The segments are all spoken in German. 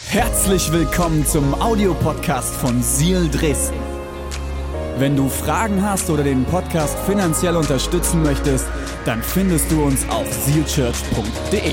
Herzlich willkommen zum Audiopodcast von SEAL Dresden. Wenn du Fragen hast oder den Podcast finanziell unterstützen möchtest, dann findest du uns auf sealchurch.de.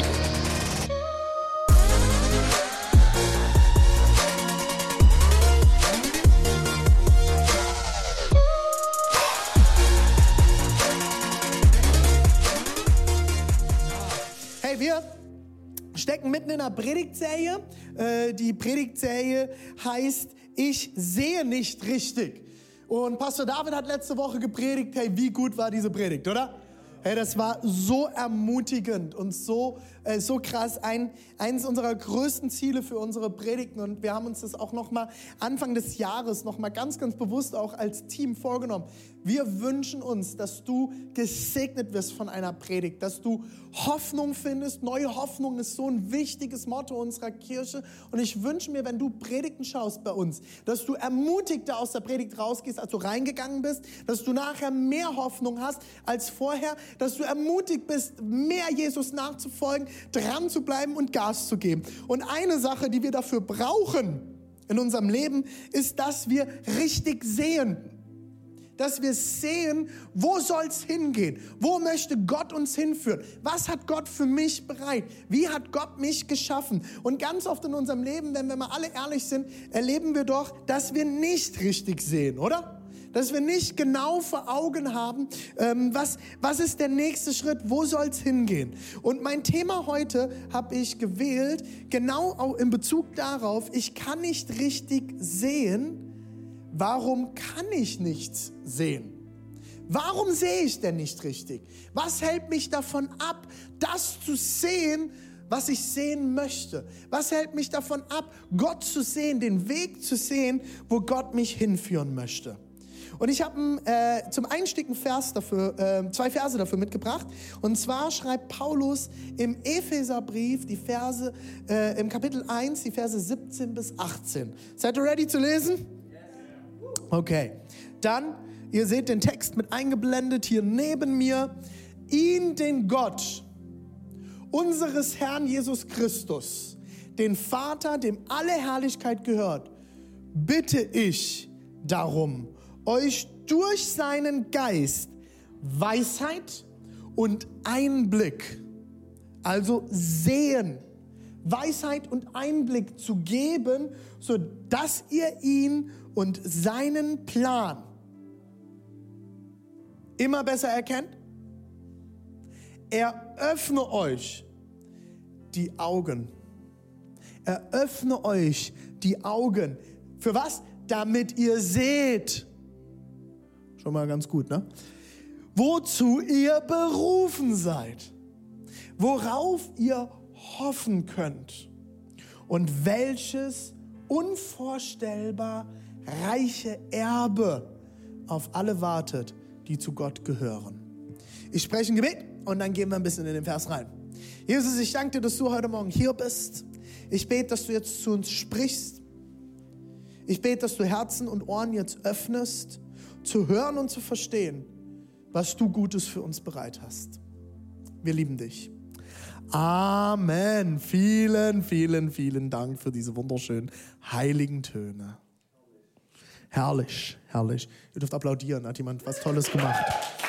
Hey, wir stecken mitten in einer Predigtserie. Die Predigtserie heißt Ich sehe nicht richtig. Und Pastor David hat letzte Woche gepredigt. Hey, wie gut war diese Predigt, oder? Hey, das war so ermutigend und so krass. Eins unserer größten Ziele für unsere Predigten. Und wir haben uns das auch nochmal Anfang des Jahres nochmal ganz bewusst auch als Team vorgenommen. Wir wünschen uns, dass du gesegnet wirst von einer Predigt, dass du Hoffnung findest. Neue Hoffnung ist so ein wichtiges Motto unserer Kirche. Und ich wünsche mir, wenn du Predigten schaust bei uns, dass du ermutigter aus der Predigt rausgehst, als du reingegangen bist, dass du nachher mehr Hoffnung hast als vorher, dass du ermutigt bist, mehr Jesus nachzufolgen, dran zu bleiben und Gas zu geben. Und eine Sache, die wir dafür brauchen in unserem Leben, ist, dass wir richtig sehen. Dass wir sehen, wo soll es hingehen? Wo möchte Gott uns hinführen? Was hat Gott für mich bereit? Wie hat Gott mich geschaffen? Und ganz oft in unserem Leben, wenn wir mal alle ehrlich sind, erleben wir doch, dass wir nicht richtig sehen, oder? Dass wir nicht genau vor Augen haben, was ist der nächste Schritt, wo soll es hingehen? Und mein Thema heute habe ich gewählt, genau auch in Bezug darauf, ich kann nicht richtig sehen. Warum kann ich nichts sehen? Warum sehe ich denn nicht richtig? Was hält mich davon ab, das zu sehen, was ich sehen möchte? Was hält mich davon ab, Gott zu sehen, den Weg zu sehen, wo Gott mich hinführen möchte? Und ich habe zum Einstieg zwei Verse dafür mitgebracht. Und zwar schreibt Paulus im Epheserbrief die Verse im Kapitel 1, die Verse 17 bis 18. Seid ihr ready zu lesen? Okay, dann, ihr seht den Text mit eingeblendet hier neben mir. Ihn, den Gott unseres Herrn Jesus Christus, den Vater, dem alle Herrlichkeit gehört, bitte ich darum, euch durch seinen Geist Weisheit und Einblick, also Sehen, Weisheit und Einblick zu geben, sodass ihr ihn und seinen Plan immer besser erkennt. Eröffne euch die Augen. Eröffne euch die Augen. Für was? Damit ihr seht. Schon mal ganz gut, ne? Wozu ihr berufen seid. Worauf ihr hoffen könnt. Und welches unvorstellbar reiche Erbe auf alle wartet, die zu Gott gehören. Ich spreche ein Gebet und dann gehen wir ein bisschen in den Vers rein. Jesus, ich danke dir, dass du heute Morgen hier bist. Ich bete, dass du jetzt zu uns sprichst. Ich bete, dass du Herzen und Ohren jetzt öffnest, zu hören und zu verstehen, was du Gutes für uns bereit hast. Wir lieben dich. Amen. Vielen, vielen, vielen Dank für diese wunderschönen heiligen Töne. Herrlich, herrlich. Ihr dürft applaudieren, hat jemand was Tolles gemacht.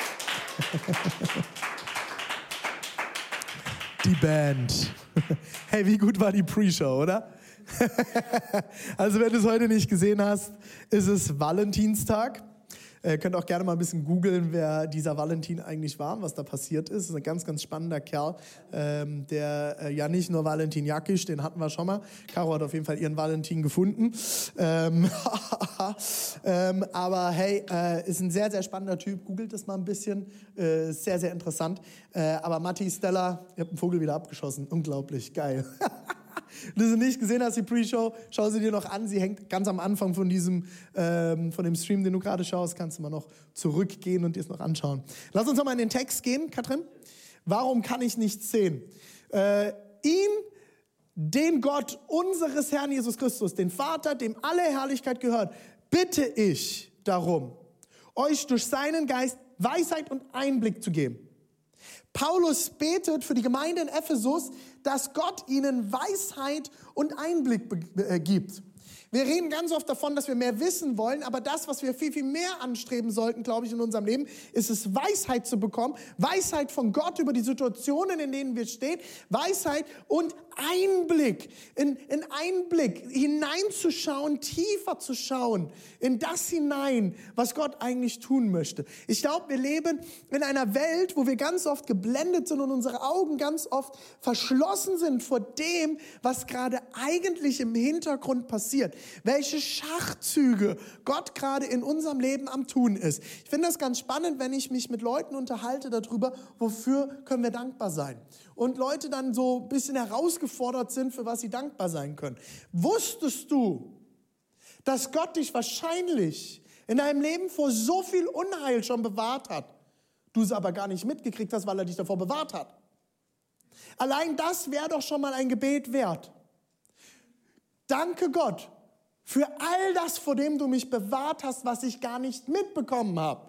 Die Band. Hey, wie gut war die Pre-Show, oder? Also wenn du es heute nicht gesehen hast, ist es Valentinstag. Ihr könnt auch gerne mal ein bisschen googeln, wer dieser Valentin eigentlich war und was da passiert ist. Das ist ein ganz spannender Kerl, der ja nicht nur Valentin Jakisch, den hatten wir schon mal. Caro hat auf jeden Fall ihren Valentin gefunden. Aber hey, ist ein sehr spannender Typ. Googelt das mal ein bisschen. Sehr interessant. Aber Matti, Stella, ihr habt einen Vogel wieder abgeschossen. Unglaublich, geil. Wenn du sie nicht gesehen hast, die Pre-Show, schau sie dir noch an. Sie hängt ganz am Anfang von dem Stream, den du gerade schaust. Kannst du mal noch zurückgehen und dir es noch anschauen. Lass uns noch mal in den Text gehen, Katrin. Warum kann ich nichts sehen? Ihn, den Gott unseres Herrn Jesus Christus, den Vater, dem alle Herrlichkeit gehört, bitte ich darum, euch durch seinen Geist Weisheit und Einblick zu geben. Paulus betet für die Gemeinde in Ephesus, dass Gott ihnen Weisheit und Einblick gibt. Wir reden ganz oft davon, dass wir mehr wissen wollen, aber das, was wir viel, viel mehr anstreben sollten, glaube ich, in unserem Leben, ist es, Weisheit zu bekommen, Weisheit von Gott über die Situationen, in denen wir stehen, Weisheit und Einblick, in Einblick hineinzuschauen, tiefer zu schauen, in das hinein, was Gott eigentlich tun möchte. Ich glaube, wir leben in einer Welt, wo wir ganz oft geblendet sind und unsere Augen ganz oft verschlossen sind vor dem, was gerade eigentlich im Hintergrund passiert. Welche Schachzüge Gott gerade in unserem Leben am Tun ist. Ich finde das ganz spannend, wenn ich mich mit Leuten unterhalte darüber, wofür können wir dankbar sein. Und Leute dann so ein bisschen herausgefordert sind, für was sie dankbar sein können. Wusstest du, dass Gott dich wahrscheinlich in deinem Leben vor so viel Unheil schon bewahrt hat? Du es aber gar nicht mitgekriegt hast, weil er dich davor bewahrt hat. Allein das wäre doch schon mal ein Gebet wert. Danke Gott für all das, vor dem du mich bewahrt hast, was ich gar nicht mitbekommen habe.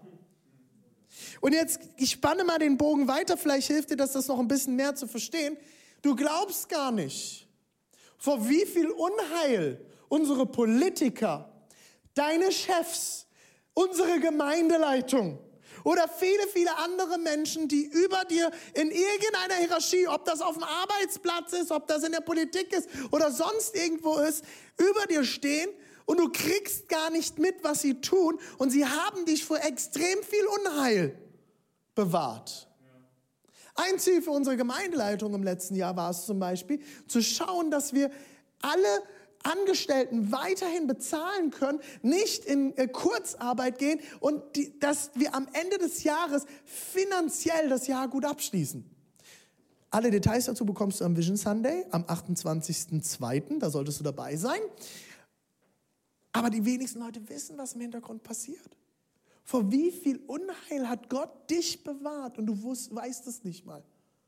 Und jetzt, ich spanne mal den Bogen weiter, vielleicht hilft dir das noch ein bisschen mehr zu verstehen. Du glaubst gar nicht, vor wie viel Unheil unsere Politiker, deine Chefs, unsere Gemeindeleitung oder viele, viele andere Menschen, die über dir in irgendeiner Hierarchie, ob das auf dem Arbeitsplatz ist, ob das in der Politik ist oder sonst irgendwo ist, über dir stehen und du kriegst gar nicht mit, was sie tun und sie haben dich vor extrem viel Unheil bewahrt. Ein Ziel für unsere Gemeindeleitung im letzten Jahr war es zum Beispiel, zu schauen, dass wir alle Angestellten weiterhin bezahlen können, nicht in Kurzarbeit gehen und dass wir am Ende des Jahres finanziell das Jahr gut abschließen. Alle Details dazu bekommst du am Vision Sunday am 28.02., da solltest du dabei sein. Aber die wenigsten Leute wissen, was im Hintergrund passiert. Vor wie viel Unheil hat Gott dich bewahrt und du weißt es nicht mal.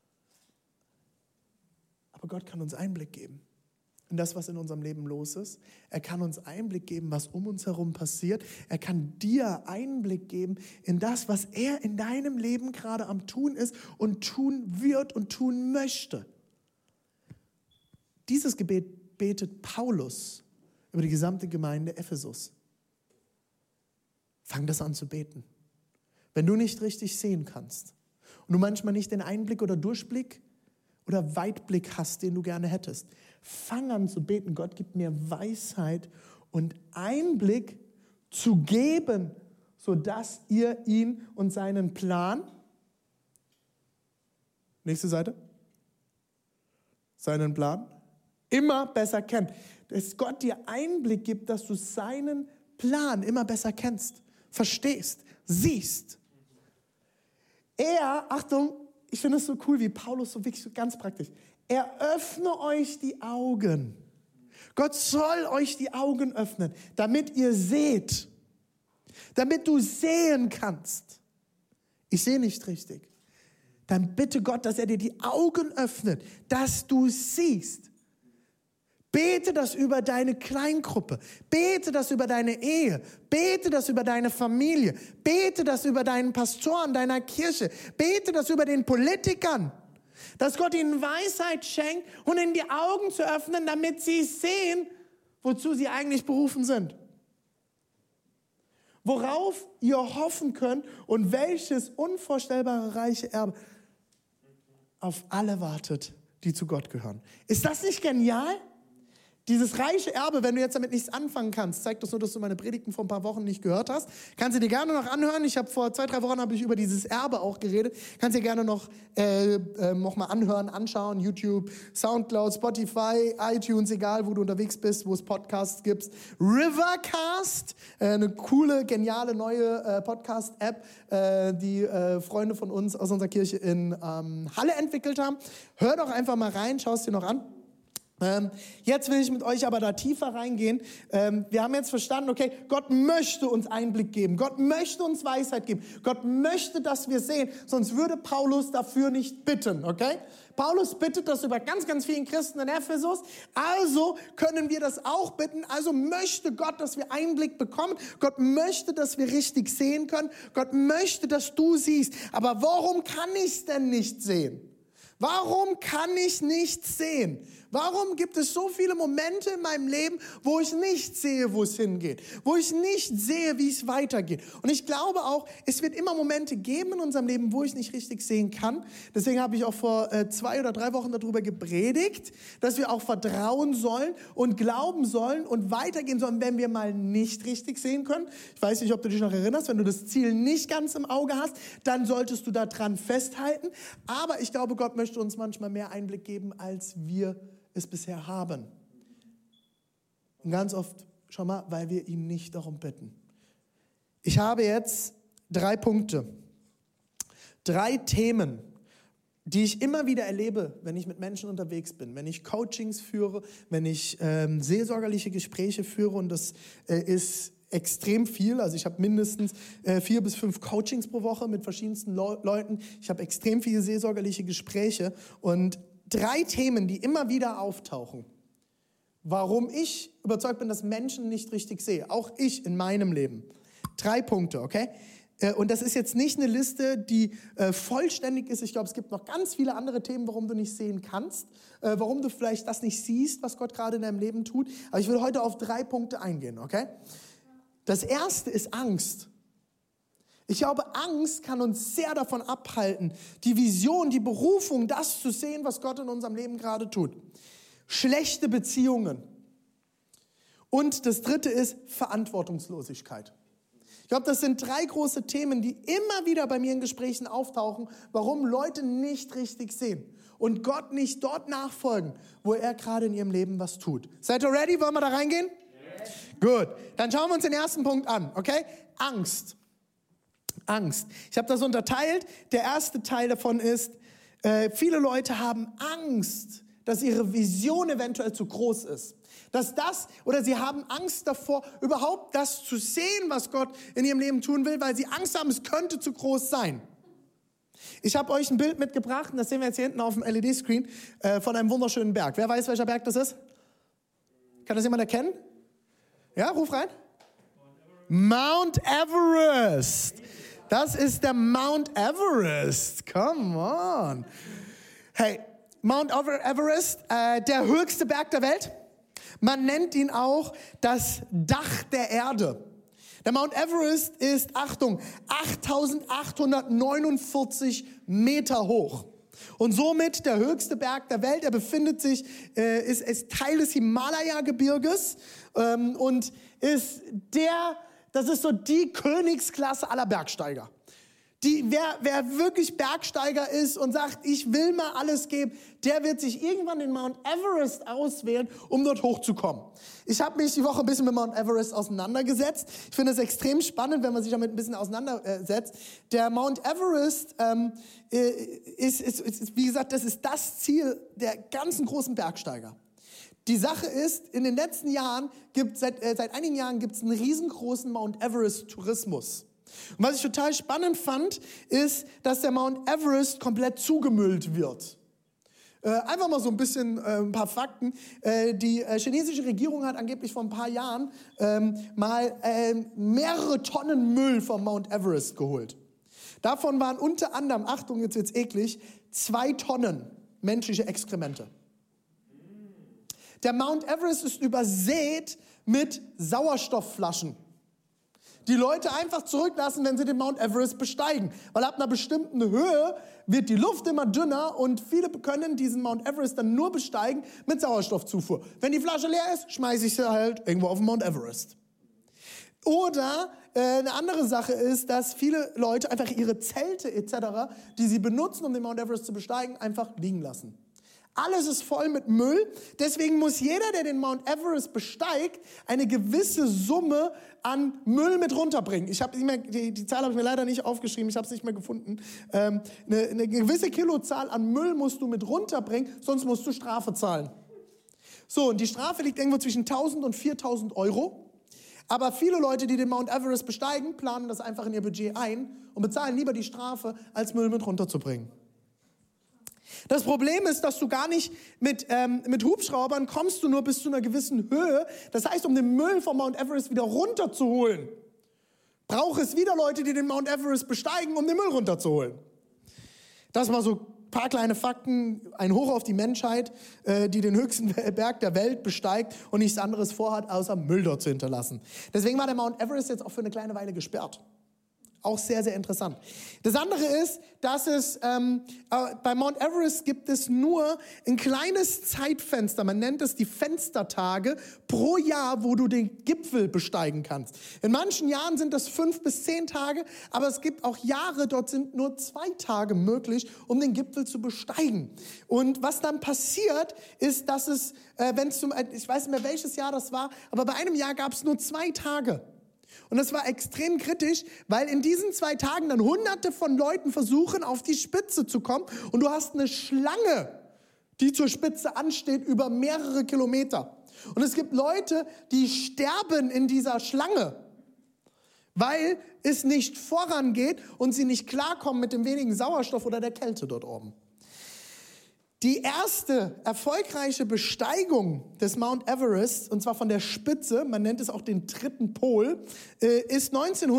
Aber Gott kann uns Einblick geben in das, was in unserem Leben los ist. Er kann uns Einblick geben, was um uns herum passiert. Er kann dir Einblick geben in das, was er in deinem Leben gerade am Tun ist und tun wird und tun möchte. Dieses Gebet betet Paulus über die gesamte Gemeinde Ephesus. Fang das an zu beten. Wenn du nicht richtig sehen kannst und du manchmal nicht den Einblick oder Durchblick oder Weitblick hast, den du gerne hättest, fang an zu beten. Gott gibt mir Weisheit und Einblick zu geben, sodass ihr ihn und seinen Plan, nächste Seite, seinen Plan, immer besser kennt. Dass Gott dir Einblick gibt, dass du seinen Plan immer besser kennst, verstehst, siehst. Achtung, ich finde es so cool, wie Paulus so wirklich so ganz praktisch. Eröffne euch die Augen. Gott soll euch die Augen öffnen, damit ihr seht. Damit du sehen kannst. Ich sehe nicht richtig. Dann bitte Gott, dass er dir die Augen öffnet, dass du siehst. Bete das über deine Kleingruppe. Bete das über deine Ehe. Bete das über deine Familie. Bete das über deinen Pastoren deiner Kirche. Bete das über den Politikern. Dass Gott ihnen Weisheit schenkt und ihnen die Augen zu öffnen, damit sie sehen, wozu sie eigentlich berufen sind. Worauf ihr hoffen könnt und welches unvorstellbare reiche Erbe auf alle wartet, die zu Gott gehören. Ist das nicht genial? Dieses reiche Erbe, wenn du jetzt damit nichts anfangen kannst, zeigt das nur, dass du meine Predigten vor ein paar Wochen nicht gehört hast. Kannst du dir gerne noch anhören. Ich habe vor 2-3 Wochen über dieses Erbe auch geredet. Kannst dir gerne noch mal anhören, anschauen. YouTube, Soundcloud, Spotify, iTunes, egal wo du unterwegs bist, wo es Podcasts gibt. Rivercast, eine coole, geniale neue Podcast-App, die Freunde von uns aus unserer Kirche in Halle entwickelt haben. Hör doch einfach mal rein, schau es dir noch an. Jetzt will ich mit euch aber da tiefer reingehen. Wir haben jetzt verstanden, okay, Gott möchte uns Einblick geben. Gott möchte uns Weisheit geben. Gott möchte, dass wir sehen. Sonst würde Paulus dafür nicht bitten, okay? Paulus bittet das über ganz, ganz vielen Christen in Ephesus. Also können wir das auch bitten. Also möchte Gott, dass wir Einblick bekommen. Gott möchte, dass wir richtig sehen können. Gott möchte, dass du siehst. Aber warum kann ich es denn nicht sehen? Warum kann ich nichts sehen? Warum gibt es so viele Momente in meinem Leben, wo ich nicht sehe, wo es hingeht? Wo ich nicht sehe, wie es weitergeht? Und ich glaube auch, es wird immer Momente geben in unserem Leben, wo ich nicht richtig sehen kann. Deswegen habe ich auch vor 2 oder 3 Wochen darüber gepredigt, dass wir auch vertrauen sollen und glauben sollen und weitergehen sollen, wenn wir mal nicht richtig sehen können. Ich weiß nicht, ob du dich noch erinnerst, wenn du das Ziel nicht ganz im Auge hast, dann solltest du daran festhalten. Aber ich glaube, Gott möchte uns manchmal mehr Einblick geben, als wir es bisher haben. Und ganz oft, schau mal, weil wir ihn nicht darum bitten. Ich habe jetzt 3 Punkte, 3 Themen, die ich immer wieder erlebe, wenn ich mit Menschen unterwegs bin, wenn ich Coachings führe, wenn ich seelsorgerliche Gespräche führe, und das ist extrem viel. Also ich habe mindestens 4 bis 5 Coachings pro Woche mit verschiedensten Leuten. Ich habe extrem viele seelsorgerliche Gespräche und 3 Themen, die immer wieder auftauchen, warum ich überzeugt bin, dass Menschen nicht richtig sehe. Auch ich in meinem Leben. 3 Punkte, okay? Und das ist jetzt nicht eine Liste, die vollständig ist. Ich glaube, es gibt noch ganz viele andere Themen, warum du nicht sehen kannst, warum du vielleicht das nicht siehst, was Gott gerade in deinem Leben tut. Aber ich will heute auf 3 Punkte eingehen, okay? Das erste ist Angst. Ich glaube, Angst kann uns sehr davon abhalten, die Vision, die Berufung, das zu sehen, was Gott in unserem Leben gerade tut. Schlechte Beziehungen. Und das dritte ist Verantwortungslosigkeit. Ich glaube, das sind 3 große Themen, die immer wieder bei mir in Gesprächen auftauchen, warum Leute nicht richtig sehen und Gott nicht dort nachfolgen, wo er gerade in ihrem Leben was tut. Seid ihr ready? Wollen wir da reingehen? Gut, dann schauen wir uns den ersten Punkt an, okay? Angst. Angst. Ich habe das unterteilt. Der erste Teil davon ist, viele Leute haben Angst, dass ihre Vision eventuell zu groß ist. Oder sie haben Angst davor, überhaupt das zu sehen, was Gott in ihrem Leben tun will, weil sie Angst haben, es könnte zu groß sein. Ich habe euch ein Bild mitgebracht, und das sehen wir jetzt hier hinten auf dem LED-Screen, von einem wunderschönen Berg. Wer weiß, welcher Berg das ist? Kann das jemand erkennen? Ja, ruf rein. Mount Everest. Das ist der Mount Everest. Come on. Hey, Mount Everest, der höchste Berg der Welt. Man nennt ihn auch das Dach der Erde. Der Mount Everest ist, Achtung, 8.849 Meter hoch. Und somit der höchste Berg der Welt. Er befindet sich, ist Teil des Himalaya-Gebirges und das ist so die Königsklasse aller Bergsteiger. Wer wirklich Bergsteiger ist und sagt, ich will mal alles geben, der wird sich irgendwann den Mount Everest auswählen, um dort hochzukommen. Ich habe mich die Woche ein bisschen mit Mount Everest auseinandergesetzt. Ich finde es extrem spannend, wenn man sich damit ein bisschen auseinandersetzt. Der Mount Everest ist, wie gesagt, das ist das Ziel der ganzen großen Bergsteiger. Die Sache ist, in den letzten Jahren, seit einigen Jahren gibt es einen riesengroßen Mount Everest-Tourismus. Und was ich total spannend fand, ist, dass der Mount Everest komplett zugemüllt wird. Einfach mal so ein bisschen ein paar Fakten. Die chinesische Regierung hat angeblich vor ein paar Jahren mehrere Tonnen Müll vom Mount Everest geholt. Davon waren unter anderem, Achtung, jetzt wird's eklig, 2 Tonnen menschliche Exkremente. Der Mount Everest ist übersät mit Sauerstoffflaschen, die Leute einfach zurücklassen, wenn sie den Mount Everest besteigen. Weil ab einer bestimmten Höhe wird die Luft immer dünner und viele können diesen Mount Everest dann nur besteigen mit Sauerstoffzufuhr. Wenn die Flasche leer ist, schmeiße ich sie halt irgendwo auf den Mount Everest. Oder eine andere Sache ist, dass viele Leute einfach ihre Zelte etc., die sie benutzen, um den Mount Everest zu besteigen, einfach liegen lassen. Alles ist voll mit Müll. Deswegen muss jeder, der den Mount Everest besteigt, eine gewisse Summe an Müll mit runterbringen. Ich habe nicht mehr, die Zahl habe ich mir leider nicht aufgeschrieben, ich habe es nicht mehr gefunden. Eine gewisse Kilozahl an Müll musst du mit runterbringen, sonst musst du Strafe zahlen. So, und die Strafe liegt irgendwo zwischen 1.000 und 4.000 Euro. Aber viele Leute, die den Mount Everest besteigen, planen das einfach in ihr Budget ein und bezahlen lieber die Strafe, als Müll mit runterzubringen. Das Problem ist, dass du gar nicht mit Hubschraubern kommst du nur bis zu einer gewissen Höhe. Das heißt, um den Müll vom Mount Everest wieder runterzuholen, braucht es wieder Leute, die den Mount Everest besteigen, um den Müll runterzuholen. Das mal so ein paar kleine Fakten, ein Hoch auf die Menschheit, die den höchsten Berg der Welt besteigt und nichts anderes vorhat, außer Müll dort zu hinterlassen. Deswegen war der Mount Everest jetzt auch für eine kleine Weile gesperrt. Auch sehr, sehr interessant. Das andere ist, dass es bei Mount Everest gibt es nur ein kleines Zeitfenster, man nennt es die Fenstertage pro Jahr, wo du den Gipfel besteigen kannst. In manchen Jahren sind das 5 bis 10 Tage, aber es gibt auch Jahre, dort sind nur 2 Tage möglich, um den Gipfel zu besteigen. Und was dann passiert, ist, dass es, ich weiß nicht mehr welches Jahr das war, aber bei einem Jahr gab es nur 2 Tage. Und das war extrem kritisch, weil in diesen 2 Tagen dann Hunderte von Leuten versuchen, auf die Spitze zu kommen. Und du hast eine Schlange, die zur Spitze ansteht, über mehrere Kilometer. Und es gibt Leute, die sterben in dieser Schlange, weil es nicht vorangeht und sie nicht klarkommen mit dem wenigen Sauerstoff oder der Kälte dort oben. Die erste erfolgreiche Besteigung des Mount Everest, und zwar von der Spitze, man nennt es auch den dritten Pol, ist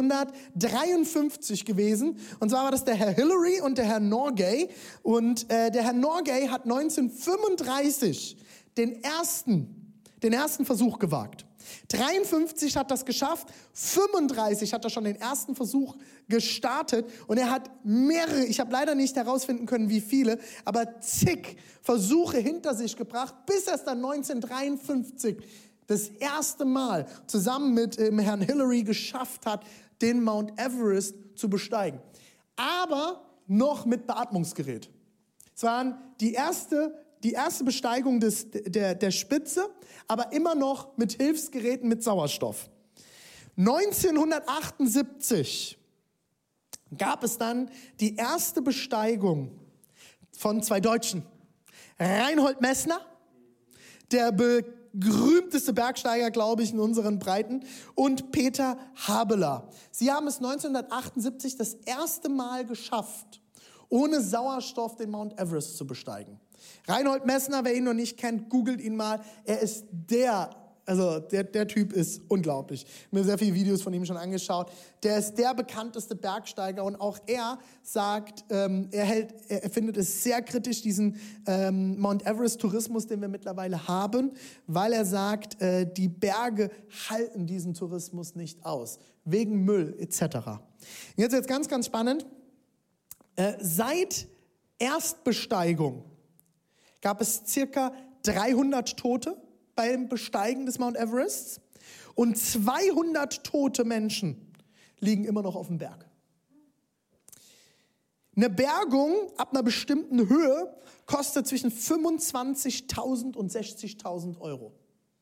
1953 gewesen. Und zwar war das der Herr Hillary und der Herr Norgay. Und der Herr Norgay hat 1935 den ersten Versuch gewagt. 53 hat das geschafft, 35 hat er schon den ersten Versuch gestartet und er hat mehrere, ich habe leider nicht herausfinden können, wie viele, aber zig Versuche hinter sich gebracht, bis er es dann 1953 das erste Mal zusammen mit Herrn Hillary geschafft hat, den Mount Everest zu besteigen. Aber noch mit Beatmungsgerät. Es waren die erste Besteigung der Spitze, aber immer noch mit Hilfsgeräten mit Sauerstoff. 1978 gab es dann die erste Besteigung von 2 Deutschen. Reinhold Messner, der berühmteste Bergsteiger, glaube ich, in unseren Breiten, und Peter Habeler. Sie haben es 1978 das erste Mal geschafft, ohne Sauerstoff den Mount Everest zu besteigen. Reinhold Messner, wer ihn noch nicht kennt, googelt ihn mal. Er ist der Typ ist unglaublich. Ich habe mir sehr viele Videos von ihm schon angeschaut. Der ist der bekannteste Bergsteiger und auch er sagt, er findet es sehr kritisch, diesen Mount Everest-Tourismus, den wir mittlerweile haben, weil er sagt, die Berge halten diesen Tourismus nicht aus, wegen Müll etc. Jetzt ganz, ganz spannend. Seit Erstbesteigung gab es circa 300 Tote beim Besteigen des Mount Everest und 200 tote Menschen liegen immer noch auf dem Berg. Eine Bergung ab einer bestimmten Höhe kostet zwischen 25.000 und 60.000 Euro.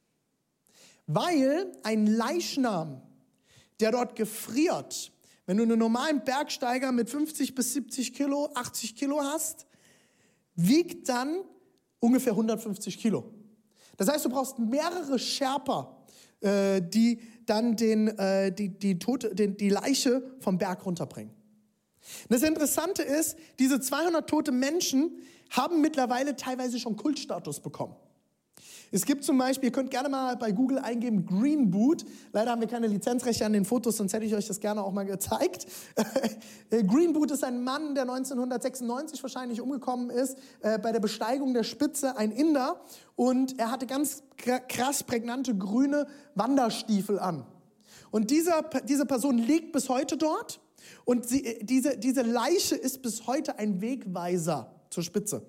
Weil ein Leichnam, der dort gefriert, wenn du einen normalen Bergsteiger mit 50 bis 70 Kilo, 80 Kilo hast, wiegt dann ungefähr 150 Kilo. Das heißt, du brauchst mehrere Sherpa, die dann die Leiche vom Berg runterbringen. Das Interessante ist, diese 200 tote Menschen haben mittlerweile teilweise schon Kultstatus bekommen. Es gibt zum Beispiel, ihr könnt gerne mal bei Google eingeben, Green Boot. Leider haben wir keine Lizenzrechte an den Fotos, sonst hätte ich euch das gerne auch mal gezeigt. Green Boot ist ein Mann, der 1996 wahrscheinlich umgekommen ist, bei der Besteigung der Spitze, ein Inder. Und er hatte ganz krass prägnante grüne Wanderstiefel an. Und diese Person liegt bis heute dort. Und diese Leiche ist bis heute ein Wegweiser zur Spitze.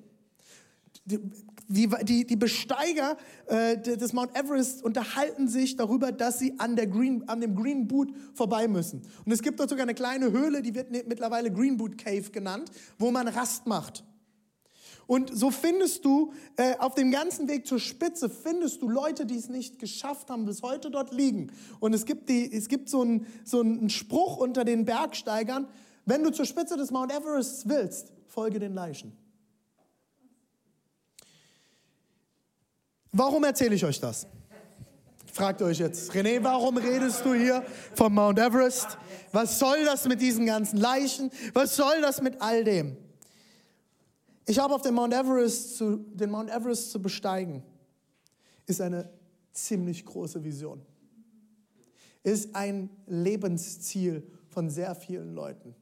Die Besteiger des Mount Everest unterhalten sich darüber, dass sie an dem Green Boot vorbei müssen. Und es gibt dort sogar eine kleine Höhle, die wird mittlerweile Green Boot Cave genannt, wo man Rast macht. Und so findest du auf dem ganzen Weg zur Spitze, findest du Leute, die es nicht geschafft haben, bis heute dort liegen. Und es gibt so einen Spruch unter den Bergsteigern: Wenn du zur Spitze des Mount Everest willst, folge den Leichen. Warum erzähle ich euch das? Fragt euch jetzt, René, warum redest du hier vom Mount Everest? Was soll das mit diesen ganzen Leichen? Was soll das mit all dem? Ich habe auf den Mount Everest zu besteigen, ist eine ziemlich große Vision. Ist ein Lebensziel von sehr vielen Leuten.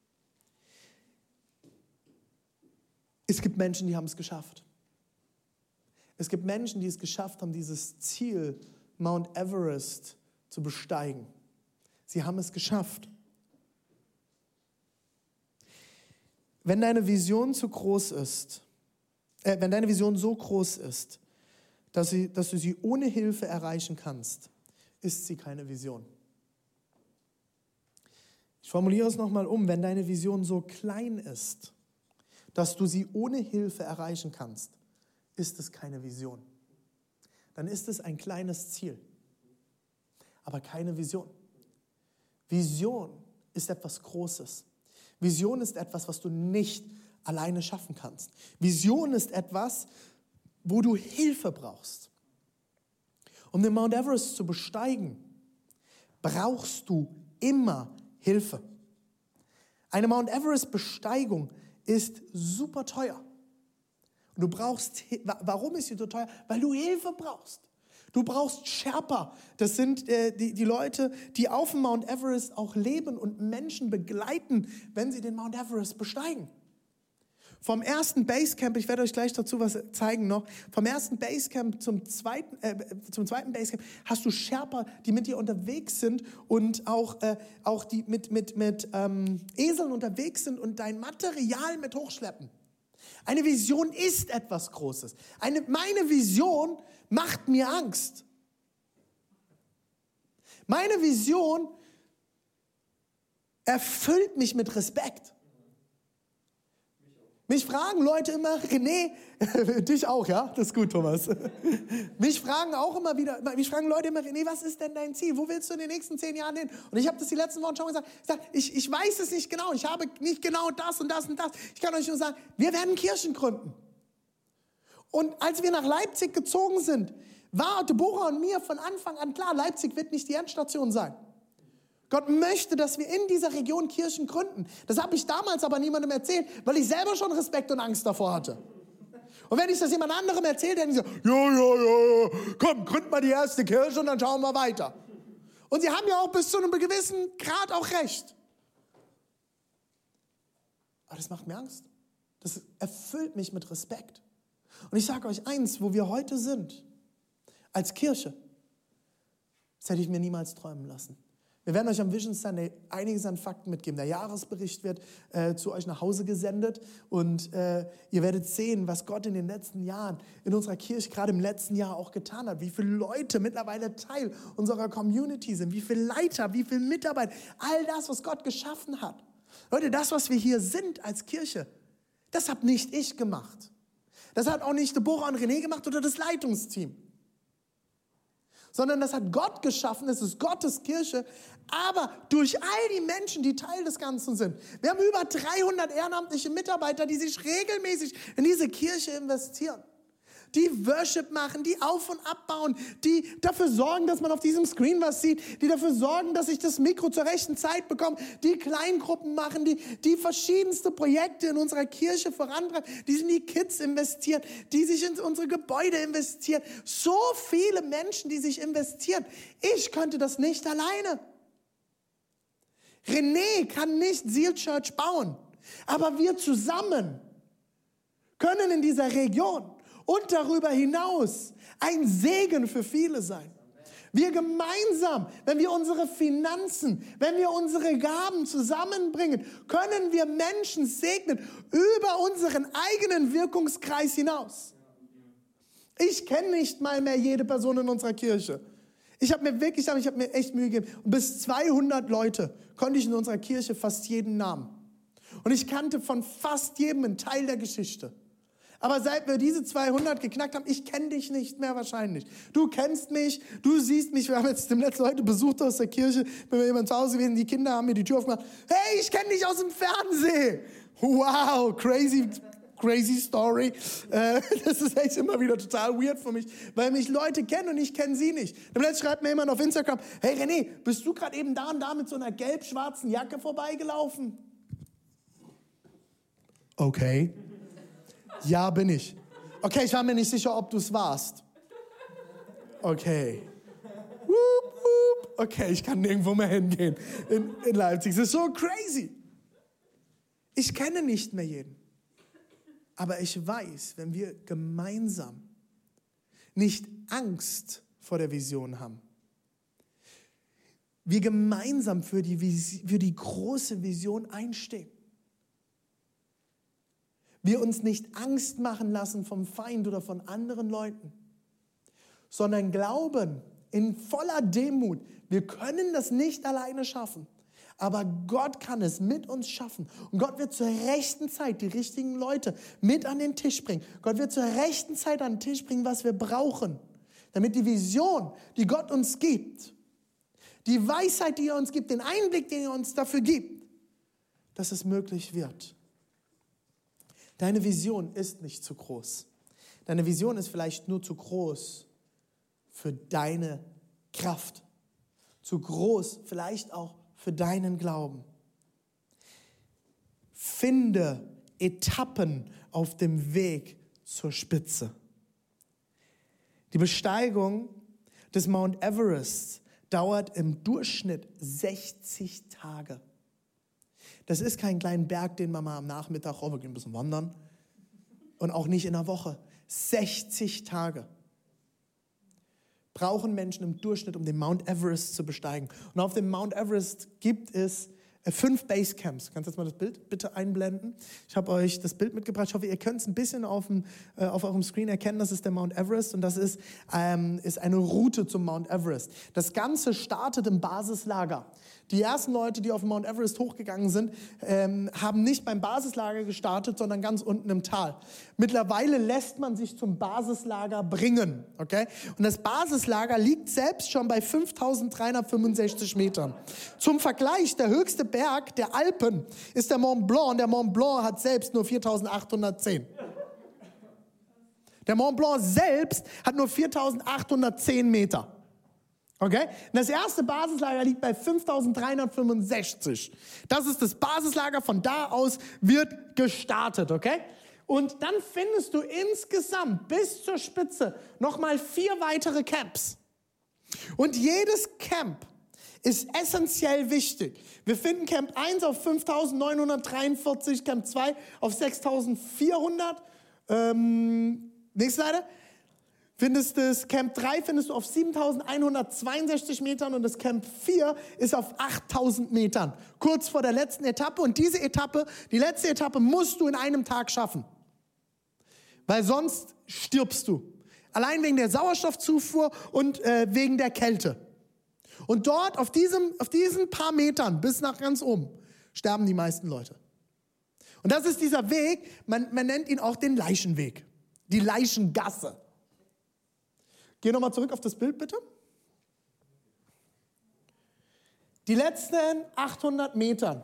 Es gibt Menschen, die haben es geschafft. Es gibt Menschen, die es geschafft haben, dieses Ziel Mount Everest zu besteigen. Sie haben es geschafft. Wenn deine Vision zu groß ist, wenn deine Vision so groß ist, dass du sie ohne Hilfe erreichen kannst, ist sie keine Vision. Ich formuliere es nochmal um. Wenn deine Vision so klein ist, dass du sie ohne Hilfe erreichen kannst, ist es keine Vision. Dann ist es ein kleines Ziel, aber keine Vision. Vision ist etwas Großes. Vision ist etwas, was du nicht alleine schaffen kannst. Vision ist etwas, wo du Hilfe brauchst. Um den Mount Everest zu besteigen, brauchst du immer Hilfe. Eine Mount Everest-Besteigung ist super teuer. Und du brauchst, warum ist sie so teuer? Weil du Hilfe brauchst. Du brauchst Sherpa. Das sind die Leute, die auf dem Mount Everest auch leben und Menschen begleiten, wenn sie den Mount Everest besteigen. Vom ersten Basecamp, ich werde euch gleich dazu was zeigen noch, vom ersten Basecamp zum zweiten Basecamp hast du Sherpa, die mit dir unterwegs sind und auch die mit Eseln unterwegs sind und dein Material mit hochschleppen. Eine Vision ist etwas Großes. Meine Vision macht mir Angst. Meine Vision erfüllt mich mit Respekt. Mich fragen Leute immer, René, dich auch, ja? Das ist gut, Thomas. Mich fragen Leute immer, René, was ist denn dein Ziel? Wo willst du in den nächsten 10 Jahren hin? Und ich habe das die letzten Wochen schon gesagt. Ich weiß es nicht genau. Ich habe nicht genau das und das und das. Ich kann euch nur sagen, wir werden Kirchen gründen. Und als wir nach Leipzig gezogen sind, war Deborah und mir von Anfang an klar, Leipzig wird nicht die Endstation sein. Gott möchte, dass wir in dieser Region Kirchen gründen. Das habe ich damals aber niemandem erzählt, weil ich selber schon Respekt und Angst davor hatte. Und wenn ich das jemand anderem erzählt, dann so, ja, komm, gründ mal die erste Kirche und dann schauen wir weiter. Und sie haben ja auch bis zu einem gewissen Grad auch recht. Aber das macht mir Angst. Das erfüllt mich mit Respekt. Und ich sage euch eins, wo wir heute sind, als Kirche, das hätte ich mir niemals träumen lassen. Wir werden euch am Vision Sunday einiges an Fakten mitgeben. Der Jahresbericht wird zu euch nach Hause gesendet und ihr werdet sehen, was Gott in den letzten Jahren in unserer Kirche, gerade im letzten Jahr auch getan hat. Wie viele Leute mittlerweile Teil unserer Community sind, wie viele Leiter, wie viele Mitarbeiter, all das, was Gott geschaffen hat. Leute, das, was wir hier sind als Kirche, das habe nicht ich gemacht. Das hat auch nicht Deborah und René gemacht oder das Leitungsteam. Sondern das hat Gott geschaffen, es ist Gottes Kirche, aber durch all die Menschen, die Teil des Ganzen sind. Wir haben über 300 ehrenamtliche Mitarbeiter, die sich regelmäßig in diese Kirche investieren. Die Worship machen, die auf- und abbauen, die dafür sorgen, dass man auf diesem Screen was sieht, die dafür sorgen, dass ich das Mikro zur rechten Zeit bekomme, die Kleingruppen machen, die verschiedenste Projekte in unserer Kirche vorantreiben, die in die Kids investieren, die sich in unsere Gebäude investieren. So viele Menschen, die sich investieren. Ich könnte das nicht alleine. René kann nicht Seal Church bauen, aber wir zusammen können in dieser Region und darüber hinaus ein Segen für viele sein. Wir gemeinsam, wenn wir unsere Finanzen, wenn wir unsere Gaben zusammenbringen, können wir Menschen segnen über unseren eigenen Wirkungskreis hinaus. Ich kenne nicht mal mehr jede Person in unserer Kirche. Ich habe mir echt Mühe gegeben. Und bis 200 Leute konnte ich in unserer Kirche fast jeden Namen. Und ich kannte von fast jedem einen Teil der Geschichte. Aber seit wir diese 200 geknackt haben, ich kenne dich nicht mehr wahrscheinlich. Du kennst mich, du siehst mich. Wir haben jetzt dem letzten Leute besucht aus der Kirche, wenn wir jemand zu Hause gewesen, die Kinder haben mir die Tür aufgemacht. Hey, ich kenne dich aus dem Fernsehen. Wow, crazy. crazy story. Das ist echt immer wieder total weird für mich, weil mich Leute kennen und ich kenne sie nicht. Dann plötzlich schreibt mir jemand auf Instagram, hey René, bist du gerade eben da und da mit so einer gelb-schwarzen Jacke vorbeigelaufen? Okay. Ja, bin ich. Okay, ich war mir nicht sicher, ob du es warst. Okay. Okay, ich kann nirgendwo mehr hingehen in Leipzig. Das ist so crazy. Ich kenne nicht mehr jeden. Aber ich weiß, wenn wir gemeinsam nicht Angst vor der Vision haben, wir gemeinsam für die große Vision einstehen, wir uns nicht Angst machen lassen vom Feind oder von anderen Leuten, sondern glauben in voller Demut, wir können das nicht alleine schaffen, aber Gott kann es mit uns schaffen. Und Gott wird zur rechten Zeit die richtigen Leute mit an den Tisch bringen. Gott wird zur rechten Zeit an den Tisch bringen, was wir brauchen, damit die Vision, die Gott uns gibt, die Weisheit, die er uns gibt, den Einblick, den er uns dafür gibt, dass es möglich wird. Deine Vision ist nicht zu groß. Deine Vision ist vielleicht nur zu groß für deine Kraft. Zu groß vielleicht auch für deinen Glauben. Finde Etappen auf dem Weg zur Spitze. Die Besteigung des Mount Everest dauert im Durchschnitt 60 Tage. Das ist kein kleiner Berg, den man mal am Nachmittag, wir gehen ein bisschen wandern, und auch nicht in einer Woche. 60 Tage brauchen Menschen im Durchschnitt, um den Mount Everest zu besteigen. Und auf dem Mount Everest gibt es 5 Basecamps. Kannst du jetzt mal das Bild bitte einblenden? Ich habe euch das Bild mitgebracht. Ich hoffe, ihr könnt es ein bisschen auf eurem Screen erkennen. Das ist der Mount Everest und das ist eine Route zum Mount Everest. Das Ganze startet im Basislager. Die ersten Leute, die auf den Mount Everest hochgegangen sind, haben nicht beim Basislager gestartet, sondern ganz unten im Tal. Mittlerweile lässt man sich zum Basislager bringen. Okay? Und das Basislager liegt selbst schon bei 5.365 Metern. Zum Vergleich, der höchste Berg der Alpen ist der Mont Blanc. Und der Mont Blanc hat selbst nur 4.810. Der Mont Blanc selbst hat nur 4.810 Meter. Okay? Und das erste Basislager liegt bei 5.365. Das ist das Basislager, von da aus wird gestartet, okay? Und dann findest du insgesamt bis zur Spitze nochmal 4 weitere Camps. Und jedes Camp ist essentiell wichtig. Wir finden Camp 1 auf 5.943, Camp 2 auf 6.400. Nächste Seite. Camp 3 findest du auf 7.162 Metern und das Camp 4 ist auf 8.000 Metern. Kurz vor der letzten Etappe. Und die letzte Etappe musst du in einem Tag schaffen. Weil sonst stirbst du. Allein wegen der Sauerstoffzufuhr und wegen der Kälte. Und dort auf diesen paar Metern bis nach ganz oben sterben die meisten Leute. Und das ist dieser Weg, man nennt ihn auch den Leichenweg. Die Leichengasse. Geh nochmal zurück auf das Bild, bitte. Die letzten 800 Meter,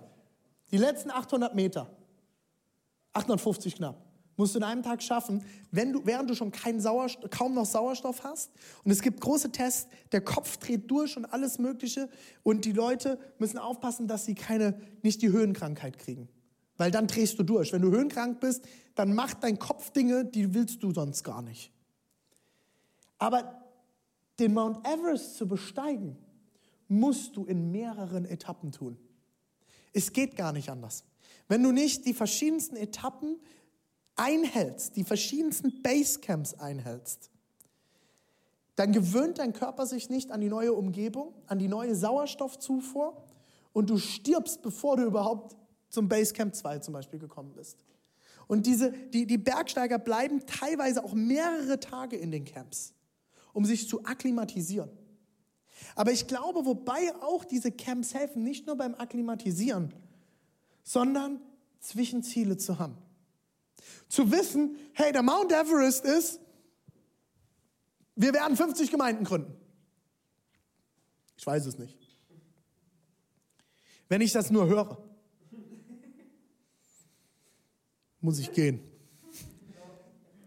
850 knapp, musst du in einem Tag schaffen, während du schon kaum noch Sauerstoff hast. Und es gibt große Tests, der Kopf dreht durch und alles Mögliche. Und die Leute müssen aufpassen, dass sie nicht die Höhenkrankheit kriegen. Weil dann drehst du durch. Wenn du höhenkrank bist, dann macht dein Kopf Dinge, die willst du sonst gar nicht. Aber den Mount Everest zu besteigen, musst du in mehreren Etappen tun. Es geht gar nicht anders. Wenn du nicht die verschiedensten Etappen einhältst, die verschiedensten Basecamps einhältst, dann gewöhnt dein Körper sich nicht an die neue Umgebung, an die neue Sauerstoffzufuhr und du stirbst, bevor du überhaupt zum Basecamp 2 zum Beispiel gekommen bist. Und die Bergsteiger bleiben teilweise auch mehrere Tage in den Camps, um sich zu akklimatisieren. Aber ich glaube, wobei auch diese Camps helfen, nicht nur beim Akklimatisieren, sondern Zwischenziele zu haben. Zu wissen, hey, der Mount Everest ist, wir werden 50 Gemeinden gründen. Ich weiß es nicht. Wenn ich das nur höre, muss ich gehen.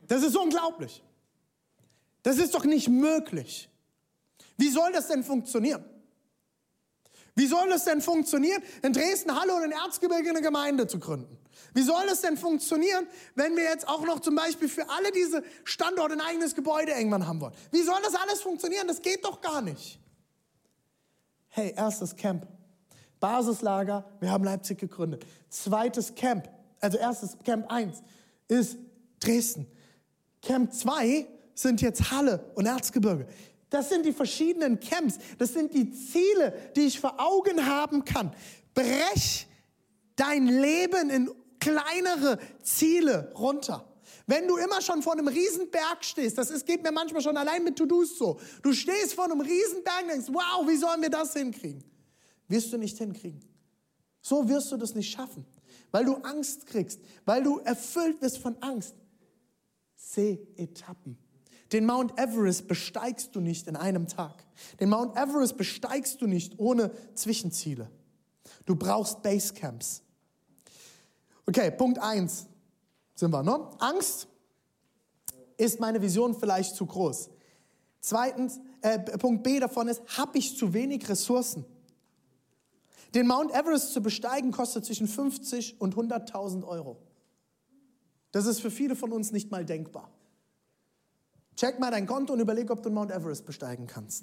Das ist unglaublich. Das ist doch nicht möglich. Wie soll das denn funktionieren? Wie soll es denn funktionieren, in Dresden, Halle und in Erzgebirge eine Gemeinde zu gründen? Wie soll es denn funktionieren, wenn wir jetzt auch noch zum Beispiel für alle diese Standorte ein eigenes Gebäude irgendwann haben wollen? Wie soll das alles funktionieren? Das geht doch gar nicht. Hey, erstes Camp, Basislager, wir haben Leipzig gegründet. Zweites Camp, also erstes Camp 1 ist Dresden. Camp 2 sind jetzt Halle und Erzgebirge. Das sind die verschiedenen Camps, das sind die Ziele, die ich vor Augen haben kann. Brech dein Leben in kleinere Ziele runter. Wenn du immer schon vor einem Riesenberg stehst, geht mir manchmal schon allein mit To-Dos so. Du stehst vor einem Riesenberg und denkst, wow, wie sollen wir das hinkriegen? Wirst du nicht hinkriegen. So wirst du das nicht schaffen, weil du Angst kriegst, weil du erfüllt wirst von Angst. Seh Etappen. Den Mount Everest besteigst du nicht in einem Tag. Den Mount Everest besteigst du nicht ohne Zwischenziele. Du brauchst Basecamps. Okay, Punkt 1 sind wir, ne? Angst, ist meine Vision vielleicht zu groß? Zweitens, Punkt B davon ist, habe ich zu wenig Ressourcen? Den Mount Everest zu besteigen kostet zwischen 50 und 100.000 Euro. Das ist für viele von uns nicht mal denkbar. Check mal dein Konto und überleg, ob du Mount Everest besteigen kannst.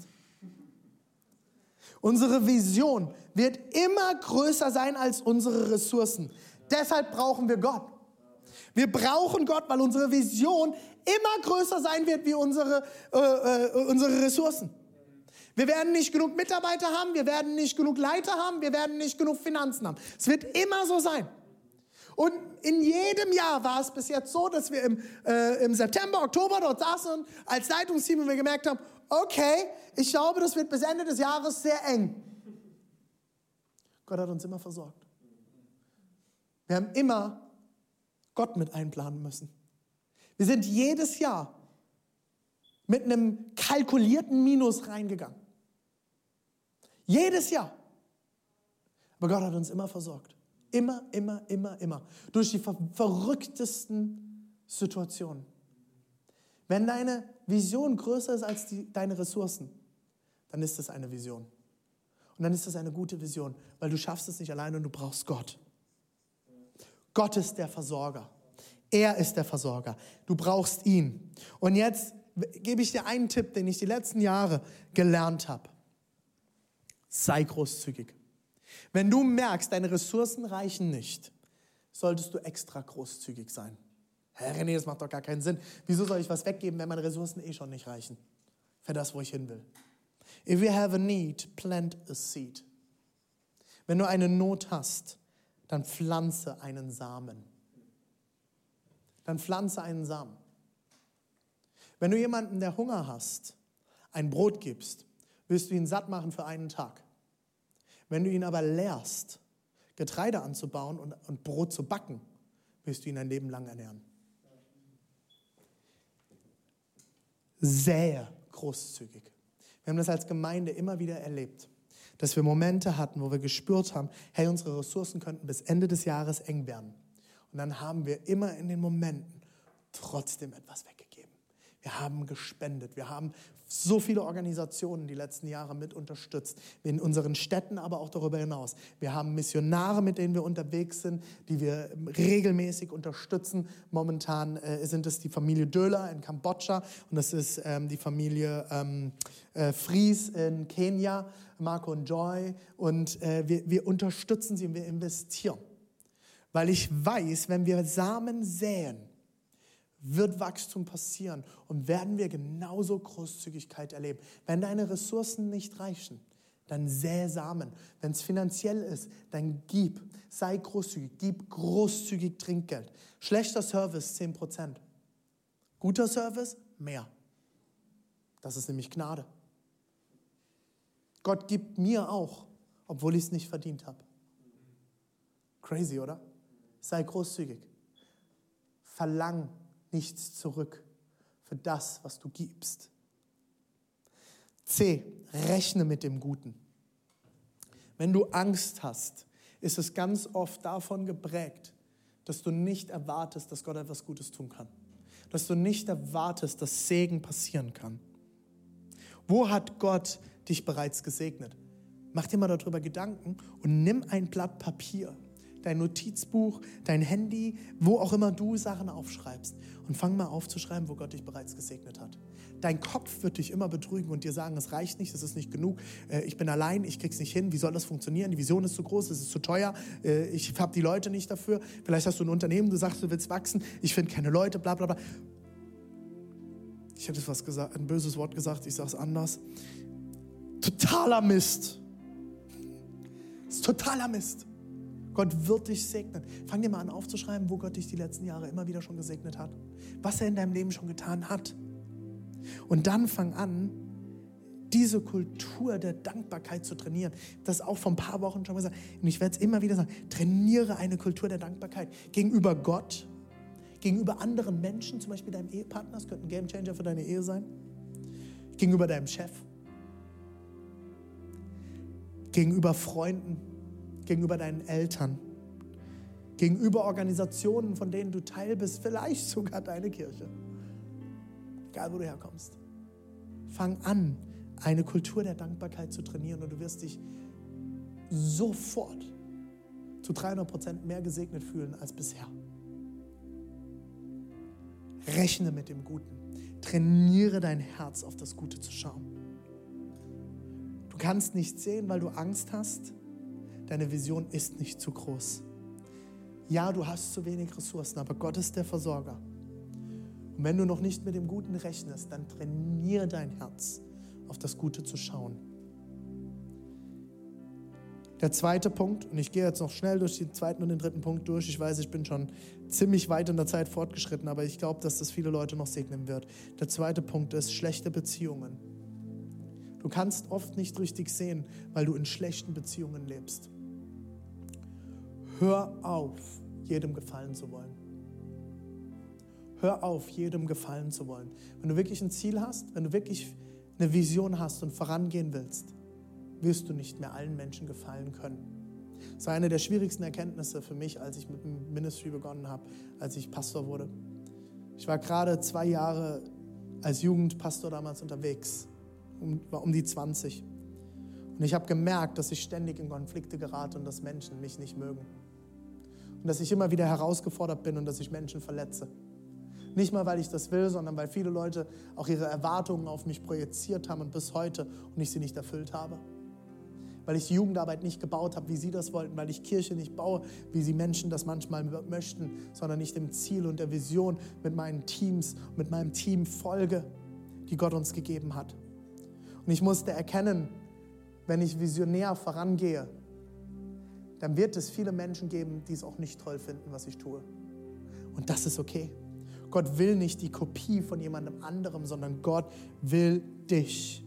Unsere Vision wird immer größer sein als unsere Ressourcen. Deshalb brauchen wir Gott. Wir brauchen Gott, weil unsere Vision immer größer sein wird wie unsere Ressourcen. Wir werden nicht genug Mitarbeiter haben, wir werden nicht genug Leiter haben, wir werden nicht genug Finanzen haben. Es wird immer so sein. Und in jedem Jahr war es bis jetzt so, dass wir im September, Oktober dort saßen und als Leitungsteam und wir gemerkt haben, okay, ich glaube, das wird bis Ende des Jahres sehr eng. Gott hat uns immer versorgt. Wir haben immer Gott mit einplanen müssen. Wir sind jedes Jahr mit einem kalkulierten Minus reingegangen. Jedes Jahr. Aber Gott hat uns immer versorgt. Immer. Durch die verrücktesten Situationen. Wenn deine Vision größer ist als deine Ressourcen, dann ist das eine Vision. Und dann ist das eine gute Vision, weil du schaffst es nicht alleine und du brauchst Gott. Gott ist der Versorger. Er ist der Versorger. Du brauchst ihn. Und jetzt gebe ich dir einen Tipp, den ich die letzten Jahre gelernt habe. Sei großzügig. Wenn du merkst, deine Ressourcen reichen nicht, solltest du extra großzügig sein. Herr René, das macht doch gar keinen Sinn. Wieso soll ich was weggeben, wenn meine Ressourcen schon nicht reichen? Für das, wo ich hin will. If you have a need, plant a seed. Wenn du eine Not hast, dann pflanze einen Samen. Dann pflanze einen Samen. Wenn du jemandem, der Hunger hast, ein Brot gibst, wirst du ihn satt machen für einen Tag. Wenn du ihn aber lehrst, Getreide anzubauen und Brot zu backen, wirst du ihn ein Leben lang ernähren. Sehr großzügig. Wir haben das als Gemeinde immer wieder erlebt, dass wir Momente hatten, wo wir gespürt haben, hey, unsere Ressourcen könnten bis Ende des Jahres eng werden. Und dann haben wir immer in den Momenten trotzdem etwas weggegeben. Wir haben gespendet. Wir haben so viele Organisationen die letzten Jahre mit unterstützt. In unseren Städten, aber auch darüber hinaus. Wir haben Missionare, mit denen wir unterwegs sind, die wir regelmäßig unterstützen. Momentan sind es die Familie Döhler in Kambodscha und das ist die Familie Fries in Kenia, Marco und Joy. Und wir unterstützen sie und wir investieren. Weil ich weiß, wenn wir Samen säen, wird Wachstum passieren und werden wir genauso Großzügigkeit erleben. Wenn deine Ressourcen nicht reichen, dann säe Samen. Wenn es finanziell ist, dann gib. Sei großzügig. Gib großzügig Trinkgeld. Schlechter Service 10%. Guter Service mehr. Das ist nämlich Gnade. Gott gibt mir auch, obwohl ich es nicht verdient habe. Crazy, oder? Sei großzügig. Verlang nichts zurück für das, was du gibst. C. Rechne mit dem Guten. Wenn du Angst hast, ist es ganz oft davon geprägt, dass du nicht erwartest, dass Gott etwas Gutes tun kann. dass du nicht erwartest, dass Segen passieren kann. Wo hat Gott dich bereits gesegnet? Mach dir mal darüber Gedanken und nimm ein Blatt Papier, dein Notizbuch, dein Handy, wo auch immer du Sachen aufschreibst und fang mal aufzuschreiben, wo Gott dich bereits gesegnet hat. Dein Kopf wird dich immer betrügen und dir sagen, es reicht nicht, es ist nicht genug, ich bin allein, ich krieg's nicht hin, wie soll das funktionieren, die Vision ist zu groß, es ist zu teuer, ich habe die Leute nicht dafür, vielleicht hast du ein Unternehmen, du sagst, du willst wachsen, ich finde keine Leute, bla bla bla. Ich hätte ein böses Wort gesagt, ich sage es anders. Totaler Mist. Das ist totaler Mist. Gott wird dich segnen. Fang dir mal an aufzuschreiben, wo Gott dich die letzten Jahre immer wieder schon gesegnet hat. Was er in deinem Leben schon getan hat. Und dann fang an, diese Kultur der Dankbarkeit zu trainieren. Das auch vor ein paar Wochen schon gesagt. Und ich werde es immer wieder sagen. Trainiere eine Kultur der Dankbarkeit. Gegenüber Gott, gegenüber anderen Menschen, zum Beispiel deinem Ehepartner, das könnte ein Gamechanger für deine Ehe sein. Gegenüber deinem Chef. Gegenüber Freunden. Gegenüber deinen Eltern. Gegenüber Organisationen, von denen du Teil bist, vielleicht sogar deine Kirche. Egal, wo du herkommst. Fang an, eine Kultur der Dankbarkeit zu trainieren und du wirst dich sofort zu 300% mehr gesegnet fühlen als bisher. Rechne mit dem Guten. Trainiere dein Herz, auf das Gute zu schauen. Du kannst nicht sehen, weil du Angst hast. Deine Vision ist nicht zu groß. Ja, du hast zu wenig Ressourcen, aber Gott ist der Versorger. Und wenn du noch nicht mit dem Guten rechnest, dann trainiere dein Herz, auf das Gute zu schauen. Der zweite Punkt, und ich gehe jetzt noch schnell durch den zweiten und den dritten Punkt durch. Ich weiß, ich bin schon ziemlich weit in der Zeit fortgeschritten, aber ich glaube, dass das viele Leute noch segnen wird. Der zweite Punkt ist schlechte Beziehungen. Du kannst oft nicht richtig sehen, weil du in schlechten Beziehungen lebst. Hör auf, jedem gefallen zu wollen. Hör auf, jedem gefallen zu wollen. Wenn du wirklich ein Ziel hast, wenn du wirklich eine Vision hast und vorangehen willst, wirst du nicht mehr allen Menschen gefallen können. Das war eine der schwierigsten Erkenntnisse für mich, als ich mit dem Ministry begonnen habe, als ich Pastor wurde. Ich war gerade 2 Jahre als Jugendpastor damals unterwegs, war um die 20. Und ich habe gemerkt, dass ich ständig in Konflikte gerate und dass Menschen mich nicht mögen. Und dass ich immer wieder herausgefordert bin und dass ich Menschen verletze. Nicht mal, weil ich das will, sondern weil viele Leute auch ihre Erwartungen auf mich projiziert haben und bis heute und ich sie nicht erfüllt habe. Weil ich die Jugendarbeit nicht gebaut habe, wie sie das wollten, weil ich Kirche nicht baue, wie sie Menschen das manchmal möchten, sondern nicht dem Ziel und der Vision mit meinen Teams, mit meinem Team folge, die Gott uns gegeben hat. Und ich musste erkennen, wenn ich visionär vorangehe, dann wird es viele Menschen geben, die es auch nicht toll finden, was ich tue. Und das ist okay. Gott will nicht die Kopie von jemandem anderem, sondern Gott will dich.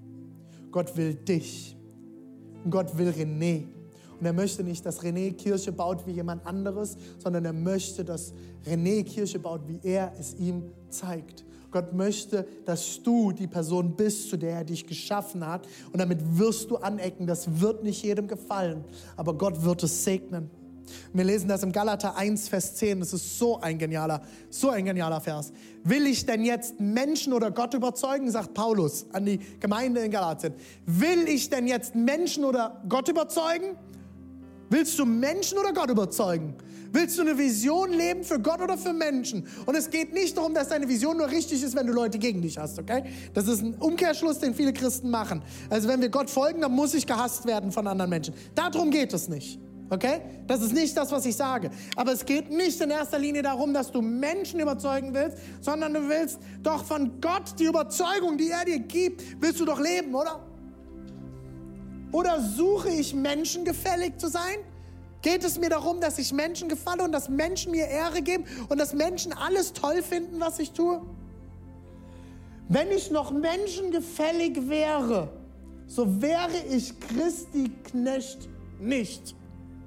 Gott will dich. Und Gott will René. Und er möchte nicht, dass René Kirche baut wie jemand anderes, sondern er möchte, dass René Kirche baut, wie er es ihm zeigt. Gott möchte, dass du die Person bist, zu der er dich geschaffen hat. Und damit wirst du anecken. Das wird nicht jedem gefallen, aber Gott wird es segnen. Wir lesen das im Galater 1, Vers 10. Das ist so ein genialer Vers. Will ich denn jetzt Menschen oder Gott überzeugen, sagt Paulus an die Gemeinde in Galatien. Will ich denn jetzt Menschen oder Gott überzeugen? Willst du Menschen oder Gott überzeugen? Willst du eine Vision leben für Gott oder für Menschen? Und es geht nicht darum, dass deine Vision nur richtig ist, wenn du Leute gegen dich hast, okay? Das ist ein Umkehrschluss, den viele Christen machen. Also wenn wir Gott folgen, dann muss ich gehasst werden von anderen Menschen. Darum geht es nicht. Okay? Das ist nicht das, was ich sage. Aber es geht nicht in erster Linie darum, dass du Menschen überzeugen willst, sondern du willst doch von Gott die Überzeugung, die er dir gibt, willst du doch leben, oder? Oder suche ich Menschen gefällig zu sein? Geht es mir darum, dass ich Menschen gefalle und dass Menschen mir Ehre geben und dass Menschen alles toll finden, was ich tue? Wenn ich noch menschengefällig wäre, so wäre ich Christi Knecht nicht.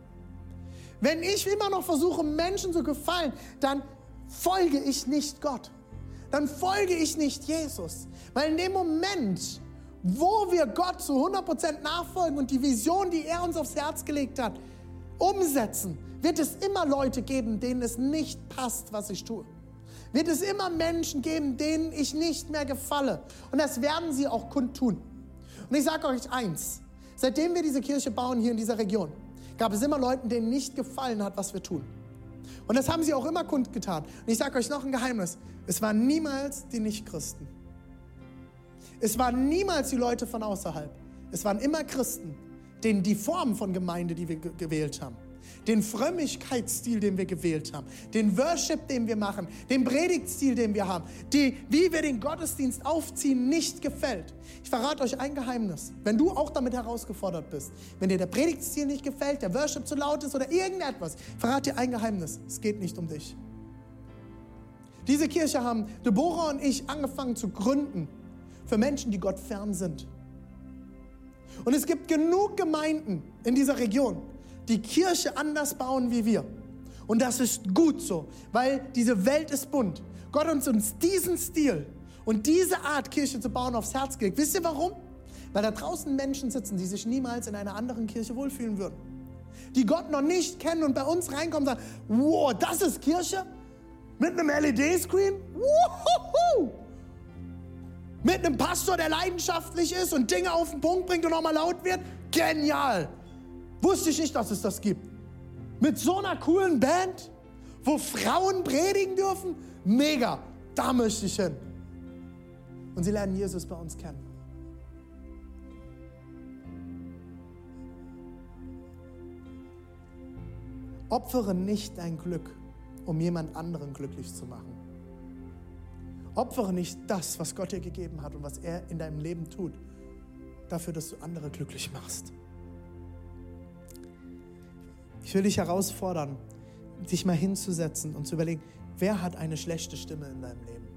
Wenn ich immer noch versuche, Menschen zu gefallen, dann folge ich nicht Gott. Dann folge ich nicht Jesus. Weil in dem Moment, wo wir Gott zu 100% nachfolgen und die Vision, die er uns aufs Herz gelegt hat, umsetzen, wird es immer Leute geben, denen es nicht passt, was ich tue. wird es immer Menschen geben, denen ich nicht mehr gefalle. Und das werden sie auch kundtun. Und ich sage euch eins, seitdem wir diese Kirche bauen hier in dieser Region, gab es immer Leute, denen nicht gefallen hat, was wir tun. Und das haben sie auch immer kundgetan. Und ich sage euch noch ein Geheimnis, es waren niemals die Nichtchristen. Es waren niemals die Leute von außerhalb. Es waren immer Christen, denen die Form von Gemeinde, die wir gewählt haben, den Frömmigkeitsstil, den wir gewählt haben, den Worship, den wir machen, den Predigtstil, den wir haben, wie wir den Gottesdienst aufziehen, nicht gefällt. Ich verrate euch ein Geheimnis, wenn du auch damit herausgefordert bist, wenn dir der Predigtstil nicht gefällt, der Worship zu laut ist oder irgendetwas, verrate dir ein Geheimnis, es geht nicht um dich. Diese Kirche haben Deborah und ich angefangen zu gründen für Menschen, die Gott fern sind. Und es gibt genug Gemeinden in dieser Region, die Kirche anders bauen wie wir. Und das ist gut so, weil diese Welt ist bunt. Gott hat uns diesen Stil und diese Art, Kirche zu bauen, aufs Herz gelegt. Wisst ihr warum? Weil da draußen Menschen sitzen, die sich niemals in einer anderen Kirche wohlfühlen würden. Die Gott noch nicht kennen und bei uns reinkommen und sagen, wow, das ist Kirche? Mit einem LED-Screen? Wuhu! Mit einem Pastor, der leidenschaftlich ist und Dinge auf den Punkt bringt und nochmal laut wird? Genial! Wusste ich nicht, dass es das gibt. Mit so einer coolen Band, wo Frauen predigen dürfen? Mega, da möchte ich hin. Und sie lernen Jesus bei uns kennen. Opfere nicht dein Glück, um jemand anderen glücklich zu machen. Opfere nicht das, was Gott dir gegeben hat und was er in deinem Leben tut, dafür, dass du andere glücklich machst. Ich will dich herausfordern, dich mal hinzusetzen und zu überlegen, wer hat eine schlechte Stimme in deinem Leben?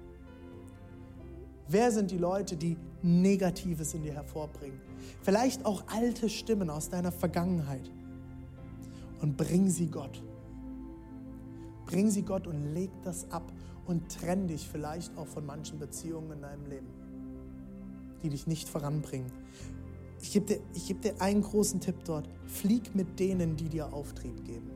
Wer sind die Leute, die Negatives in dir hervorbringen? Vielleicht auch alte Stimmen aus deiner Vergangenheit. Und bring sie Gott. Bring sie Gott und leg das ab und trenn dich vielleicht auch von manchen Beziehungen in deinem Leben, die dich nicht voranbringen. Ich geb dir einen großen Tipp dort. Flieg mit denen, die dir Auftrieb geben.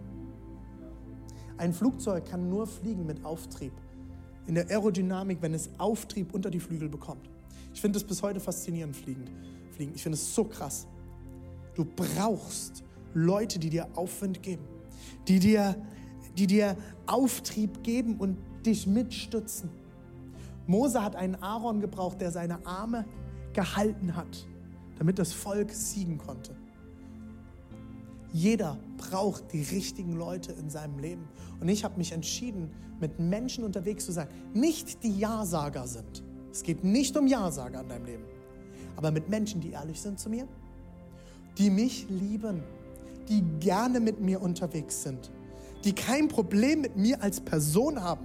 Ein Flugzeug kann nur fliegen mit Auftrieb. In der Aerodynamik, wenn es Auftrieb unter die Flügel bekommt. Ich finde es bis heute faszinierend, fliegen. Ich finde es so krass. Du brauchst Leute, die dir Aufwind geben. Die dir Auftrieb geben und dich mitstützen. Mose hat einen Aaron gebraucht, der seine Arme gehalten hat, damit das Volk siegen konnte. Jeder braucht die richtigen Leute in seinem Leben. Und ich habe mich entschieden, mit Menschen unterwegs zu sein. Nicht die Ja-Sager sind. Es geht nicht um Ja-Sager in deinem Leben. Aber mit Menschen, die ehrlich sind zu mir, die mich lieben, die gerne mit mir unterwegs sind, die kein Problem mit mir als Person haben,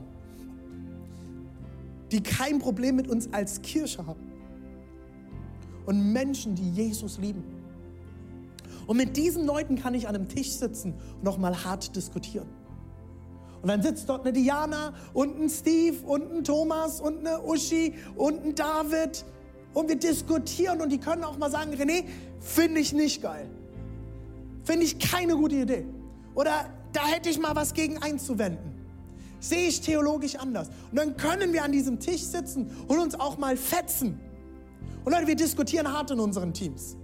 die kein Problem mit uns als Kirche haben. Und Menschen, die Jesus lieben. Und mit diesen Leuten kann ich an einem Tisch sitzen und nochmal hart diskutieren. Und dann sitzt dort eine Diana und ein Steve und ein Thomas und eine Uschi und ein David. Und wir diskutieren und die können auch mal sagen, René, finde ich nicht geil. Finde ich keine gute Idee. Oder da hätte ich mal was gegen einzuwenden. Sehe ich theologisch anders. Und dann können wir an diesem Tisch sitzen und uns auch mal fetzen. Und Leute, wir diskutieren hart in unseren Teams.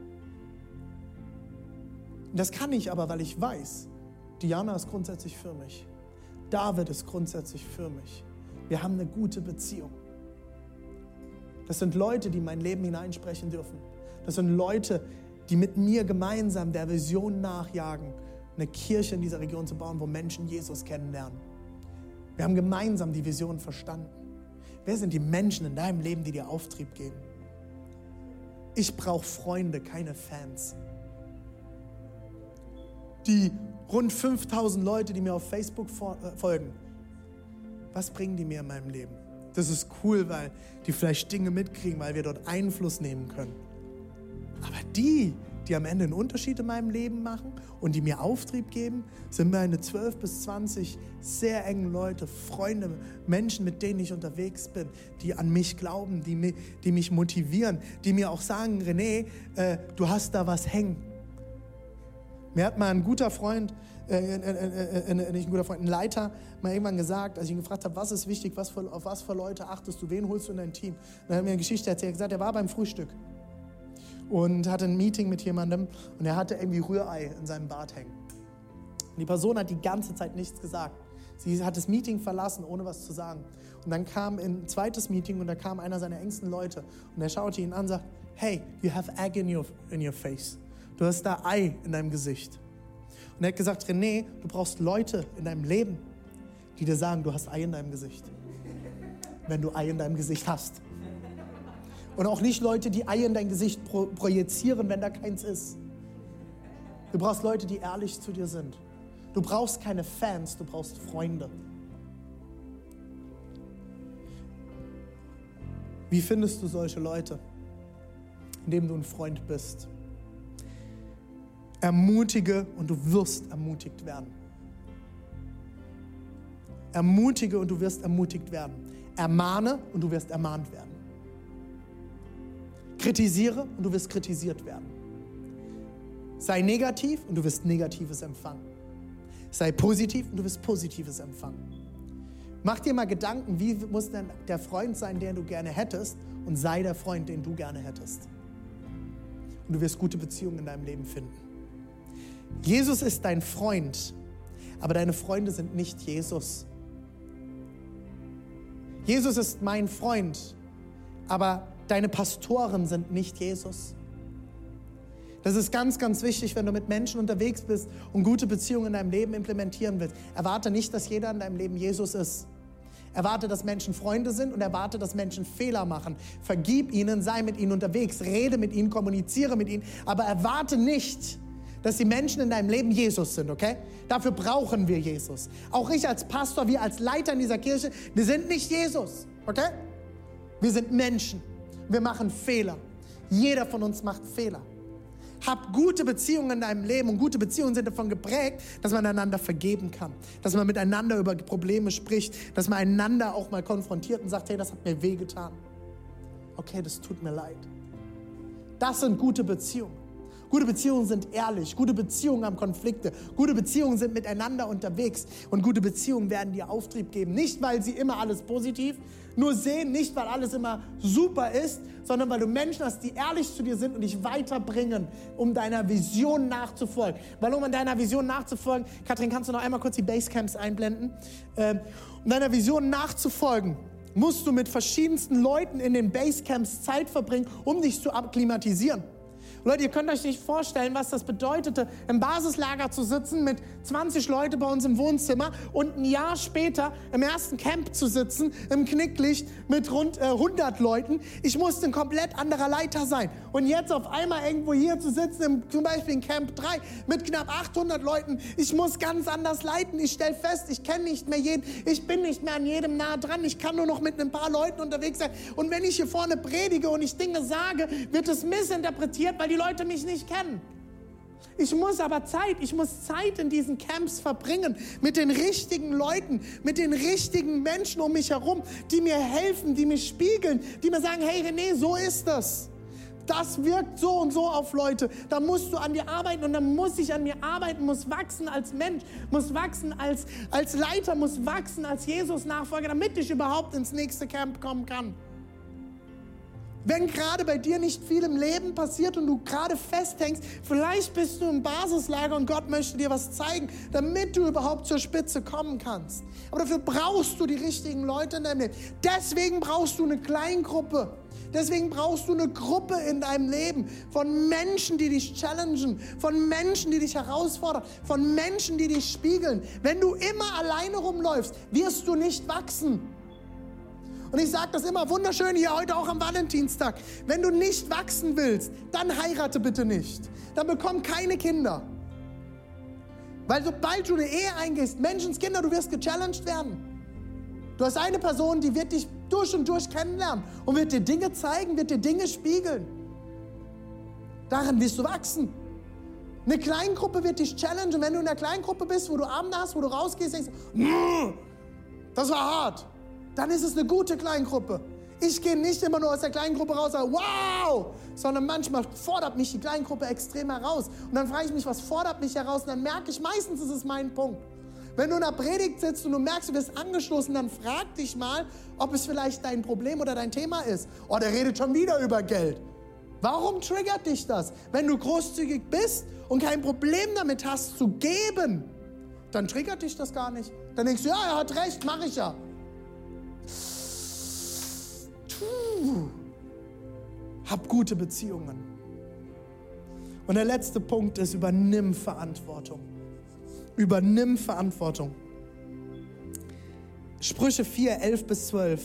Und das kann ich aber, weil ich weiß, Diana ist grundsätzlich für mich. David ist grundsätzlich für mich. Wir haben eine gute Beziehung. Das sind Leute, die in mein Leben hineinsprechen dürfen. Das sind Leute, die mit mir gemeinsam der Vision nachjagen, eine Kirche in dieser Region zu bauen, wo Menschen Jesus kennenlernen. Wir haben gemeinsam die Vision verstanden. Wer sind die Menschen in deinem Leben, die dir Auftrieb geben? Ich brauche Freunde, keine Fans. Die rund 5000 Leute, die mir auf Facebook folgen, was bringen die mir in meinem Leben? Das ist cool, weil die vielleicht Dinge mitkriegen, weil wir dort Einfluss nehmen können. Aber die am Ende einen Unterschied in meinem Leben machen und die mir Auftrieb geben, sind meine 12 bis 20 sehr engen Leute, Freunde, Menschen, mit denen ich unterwegs bin, die an mich glauben, die mich motivieren, die mir auch sagen, René, du hast da was hängen. Mir hat mal ein guter Freund, ein Leiter, mal irgendwann gesagt, als ich ihn gefragt habe, was ist wichtig, auf was für Leute achtest du, wen holst du in dein Team? Und er hat mir eine Geschichte erzählt, er hat gesagt, er war beim Frühstück und hatte ein Meeting mit jemandem und er hatte irgendwie Rührei in seinem Bart hängen. Und die Person hat die ganze Zeit nichts gesagt. Sie hat das Meeting verlassen, ohne was zu sagen. Und dann kam ein zweites Meeting und da kam einer seiner engsten Leute und er schaute ihn an und sagt, hey, you have egg in your face. Du hast da Ei in deinem Gesicht. Und er hat gesagt, René, du brauchst Leute in deinem Leben, die dir sagen, du hast Ei in deinem Gesicht. Wenn du Ei in deinem Gesicht hast. Und auch nicht Leute, die Ei in dein Gesicht projizieren, wenn da keins ist. Du brauchst Leute, die ehrlich zu dir sind. Du brauchst keine Fans, du brauchst Freunde. Wie findest du solche Leute? Indem du ein Freund bist. Ermutige und du wirst ermutigt werden. Ermutige und du wirst ermutigt werden. Ermahne und du wirst ermahnt werden. Kritisiere und du wirst kritisiert werden. Sei negativ und du wirst Negatives empfangen. Sei positiv und du wirst Positives empfangen. Mach dir mal Gedanken, wie muss denn der Freund sein, den du gerne hättest, und sei der Freund, den du gerne hättest. Und du wirst gute Beziehungen in deinem Leben finden. Jesus ist dein Freund, aber deine Freunde sind nicht Jesus. Jesus ist mein Freund, aber deine Pastoren sind nicht Jesus. Das ist ganz, ganz wichtig, wenn du mit Menschen unterwegs bist und gute Beziehungen in deinem Leben implementieren willst. Erwarte nicht, dass jeder in deinem Leben Jesus ist. Erwarte, dass Menschen Freunde sind und erwarte, dass Menschen Fehler machen. Vergib ihnen, sei mit ihnen unterwegs, rede mit ihnen, kommuniziere mit ihnen, aber erwarte nicht, dass die Menschen in deinem Leben Jesus sind, okay? Dafür brauchen wir Jesus. Auch ich als Pastor, wir als Leiter in dieser Kirche, wir sind nicht Jesus, okay? Wir sind Menschen. Wir machen Fehler. Jeder von uns macht Fehler. Hab gute Beziehungen in deinem Leben und gute Beziehungen sind davon geprägt, dass man einander vergeben kann, dass man miteinander über Probleme spricht, dass man einander auch mal konfrontiert und sagt, hey, das hat mir wehgetan. Okay, das tut mir leid. Das sind gute Beziehungen. Gute Beziehungen sind ehrlich, gute Beziehungen haben Konflikte, gute Beziehungen sind miteinander unterwegs und gute Beziehungen werden dir Auftrieb geben. Nicht, weil sie immer alles positiv nur sehen, nicht, weil alles immer super ist, sondern weil du Menschen hast, die ehrlich zu dir sind und dich weiterbringen, um deiner Vision nachzufolgen. Weil um deiner Vision nachzufolgen, Katrin, kannst du noch einmal kurz die Basecamps einblenden? Um deiner Vision nachzufolgen, musst du mit verschiedensten Leuten in den Basecamps Zeit verbringen, um dich zu akklimatisieren. Leute, ihr könnt euch nicht vorstellen, was das bedeutete, im Basislager zu sitzen mit 20 Leuten bei uns im Wohnzimmer und ein Jahr später im ersten Camp zu sitzen, im Knicklicht mit rund 100 Leuten. Ich musste ein komplett anderer Leiter sein. Und jetzt auf einmal irgendwo hier zu sitzen, zum Beispiel in Camp 3 mit knapp 800 Leuten, ich muss ganz anders leiten. Ich stelle fest, ich kenne nicht mehr jeden, ich bin nicht mehr an jedem nah dran, ich kann nur noch mit ein paar Leuten unterwegs sein. Und wenn ich hier vorne predige und ich Dinge sage, wird es missinterpretiert, weil die Leute mich nicht kennen. Ich muss Zeit in diesen Camps verbringen, mit den richtigen Leuten, mit den richtigen Menschen um mich herum, die mir helfen, die mich spiegeln, die mir sagen, hey René, so ist das. Das wirkt so und so auf Leute. Da musst du an dir arbeiten und dann muss ich an mir arbeiten, muss wachsen als Mensch, muss wachsen als Leiter, muss wachsen als Jesus-Nachfolger, damit ich überhaupt ins nächste Camp kommen kann. Wenn gerade bei dir nicht viel im Leben passiert und du gerade festhängst, vielleicht bist du im Basislager und Gott möchte dir was zeigen, damit du überhaupt zur Spitze kommen kannst. Aber dafür brauchst du die richtigen Leute in deinem Leben. Deswegen brauchst du eine Kleingruppe. Deswegen brauchst du eine Gruppe in deinem Leben von Menschen, die dich challengen, von Menschen, die dich herausfordern, von Menschen, die dich spiegeln. Wenn du immer alleine rumläufst, wirst du nicht wachsen. Und ich sage das immer wunderschön hier heute auch am Valentinstag. Wenn du nicht wachsen willst, dann heirate bitte nicht. Dann bekomm keine Kinder. Weil sobald du eine Ehe eingehst, Menschenskinder, du wirst gechallenged werden. Du hast eine Person, die wird dich durch und durch kennenlernen und wird dir Dinge zeigen, wird dir Dinge spiegeln. Daran wirst du wachsen. Eine Kleingruppe wird dich challengen. Wenn du in der Kleingruppe bist, wo du Abende hast, wo du rausgehst, denkst du, das war hart. Dann ist es eine gute Kleingruppe. Ich gehe nicht immer nur aus der Kleingruppe raus, und wow, sondern manchmal fordert mich die Kleingruppe extrem heraus. Und dann frage ich mich, was fordert mich heraus? Und dann merke ich, meistens ist es mein Punkt. Wenn du in der Predigt sitzt und du merkst, du wirst angestoßen, dann frag dich mal, ob es vielleicht dein Problem oder dein Thema ist. Oh, der redet schon wieder über Geld. Warum triggert dich das? Wenn du großzügig bist und kein Problem damit hast zu geben, dann triggert dich das gar nicht. Dann denkst du, ja, er hat recht, mache ich ja. Hab gute Beziehungen. Und der letzte Punkt ist, übernimm Verantwortung. Übernimm Verantwortung. Sprüche 4, 11-12.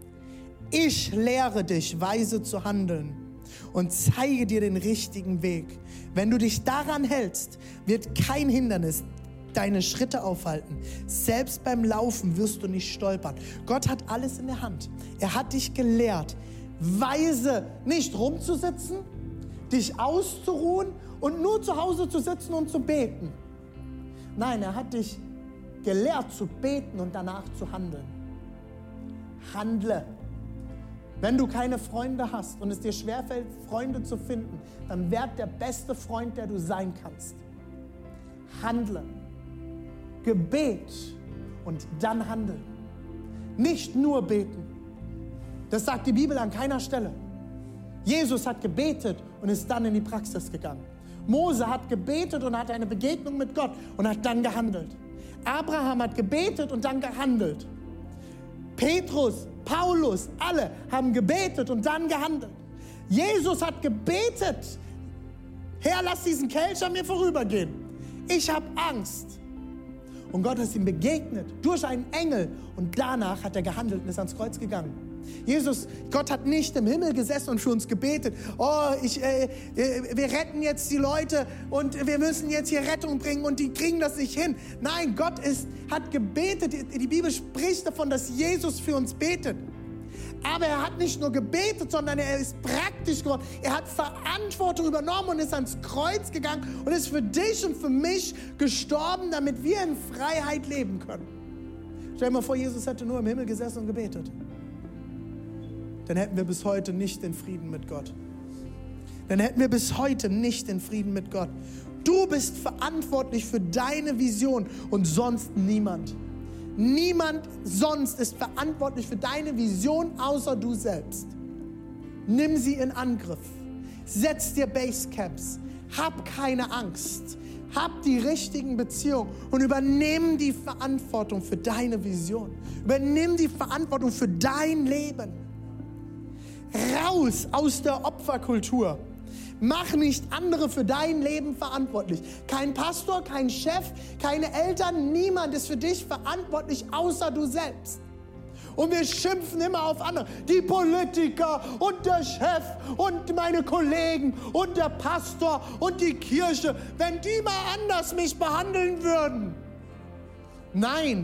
Ich lehre dich, weise zu handeln und zeige dir den richtigen Weg. Wenn du dich daran hältst, wird kein Hindernis deine Schritte aufhalten. Selbst beim Laufen wirst du nicht stolpern. Gott hat alles in der Hand. Er hat dich gelehrt, weise nicht rumzusitzen, dich auszuruhen und nur zu Hause zu sitzen und zu beten. Nein, er hat dich gelehrt zu beten und danach zu handeln. Handle. Wenn du keine Freunde hast und es dir schwerfällt, Freunde zu finden, dann werd der beste Freund, der du sein kannst. Handle. Gebet und dann handeln. Nicht nur beten. Das sagt die Bibel an keiner Stelle. Jesus hat gebetet und ist dann in die Praxis gegangen. Mose hat gebetet und hatte eine Begegnung mit Gott und hat dann gehandelt. Abraham hat gebetet und dann gehandelt. Petrus, Paulus, alle haben gebetet und dann gehandelt. Jesus hat gebetet. Herr, lass diesen Kelch an mir vorübergehen. Ich habe Angst. Und Gott ist ihm begegnet durch einen Engel und danach hat er gehandelt und ist ans Kreuz gegangen. Gott hat nicht im Himmel gesessen und für uns gebetet. Oh, wir retten jetzt die Leute und wir müssen jetzt hier Rettung bringen und die kriegen das nicht hin. Nein, Gott hat gebetet. Die Bibel spricht davon, dass Jesus für uns betet. Aber er hat nicht nur gebetet, sondern er ist praktisch geworden. Er hat Verantwortung übernommen und ist ans Kreuz gegangen und ist für dich und für mich gestorben, damit wir in Freiheit leben können. Stell dir mal vor, Jesus hätte nur im Himmel gesessen und gebetet. Dann hätten wir bis heute nicht den Frieden mit Gott. Dann hätten wir bis heute nicht den Frieden mit Gott. Du bist verantwortlich für deine Vision und sonst niemand. Niemand sonst ist verantwortlich für deine Vision, außer du selbst. Nimm sie in Angriff. Setz dir Basecamps. Hab keine Angst. Hab die richtigen Beziehungen und übernimm die Verantwortung für deine Vision. Übernimm die Verantwortung für dein Leben. Raus aus der Opferkultur. Mach nicht andere für dein Leben verantwortlich. Kein Pastor, kein Chef, keine Eltern, niemand ist für dich verantwortlich, außer du selbst. Und wir schimpfen immer auf andere. Die Politiker und der Chef und meine Kollegen und der Pastor und die Kirche. Wenn die mal anders mich behandeln würden. Nein,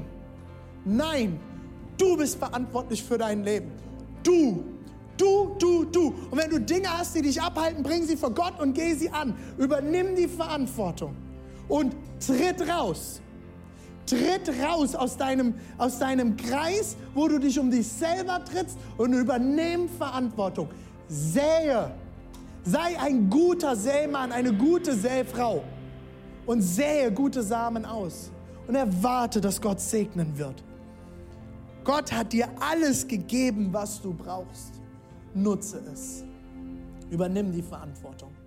du bist verantwortlich für dein Leben. Du. Und wenn du Dinge hast, die dich abhalten, bring sie vor Gott und geh sie an. Übernimm die Verantwortung und tritt raus. Tritt raus aus deinem Kreis, wo du dich um dich selber trittst und übernimm Verantwortung. Sähe. Sei ein guter Sämann, eine gute Säfrau und sähe gute Samen aus. Und erwarte, dass Gott segnen wird. Gott hat dir alles gegeben, was du brauchst. Nutze es. Übernimm die Verantwortung.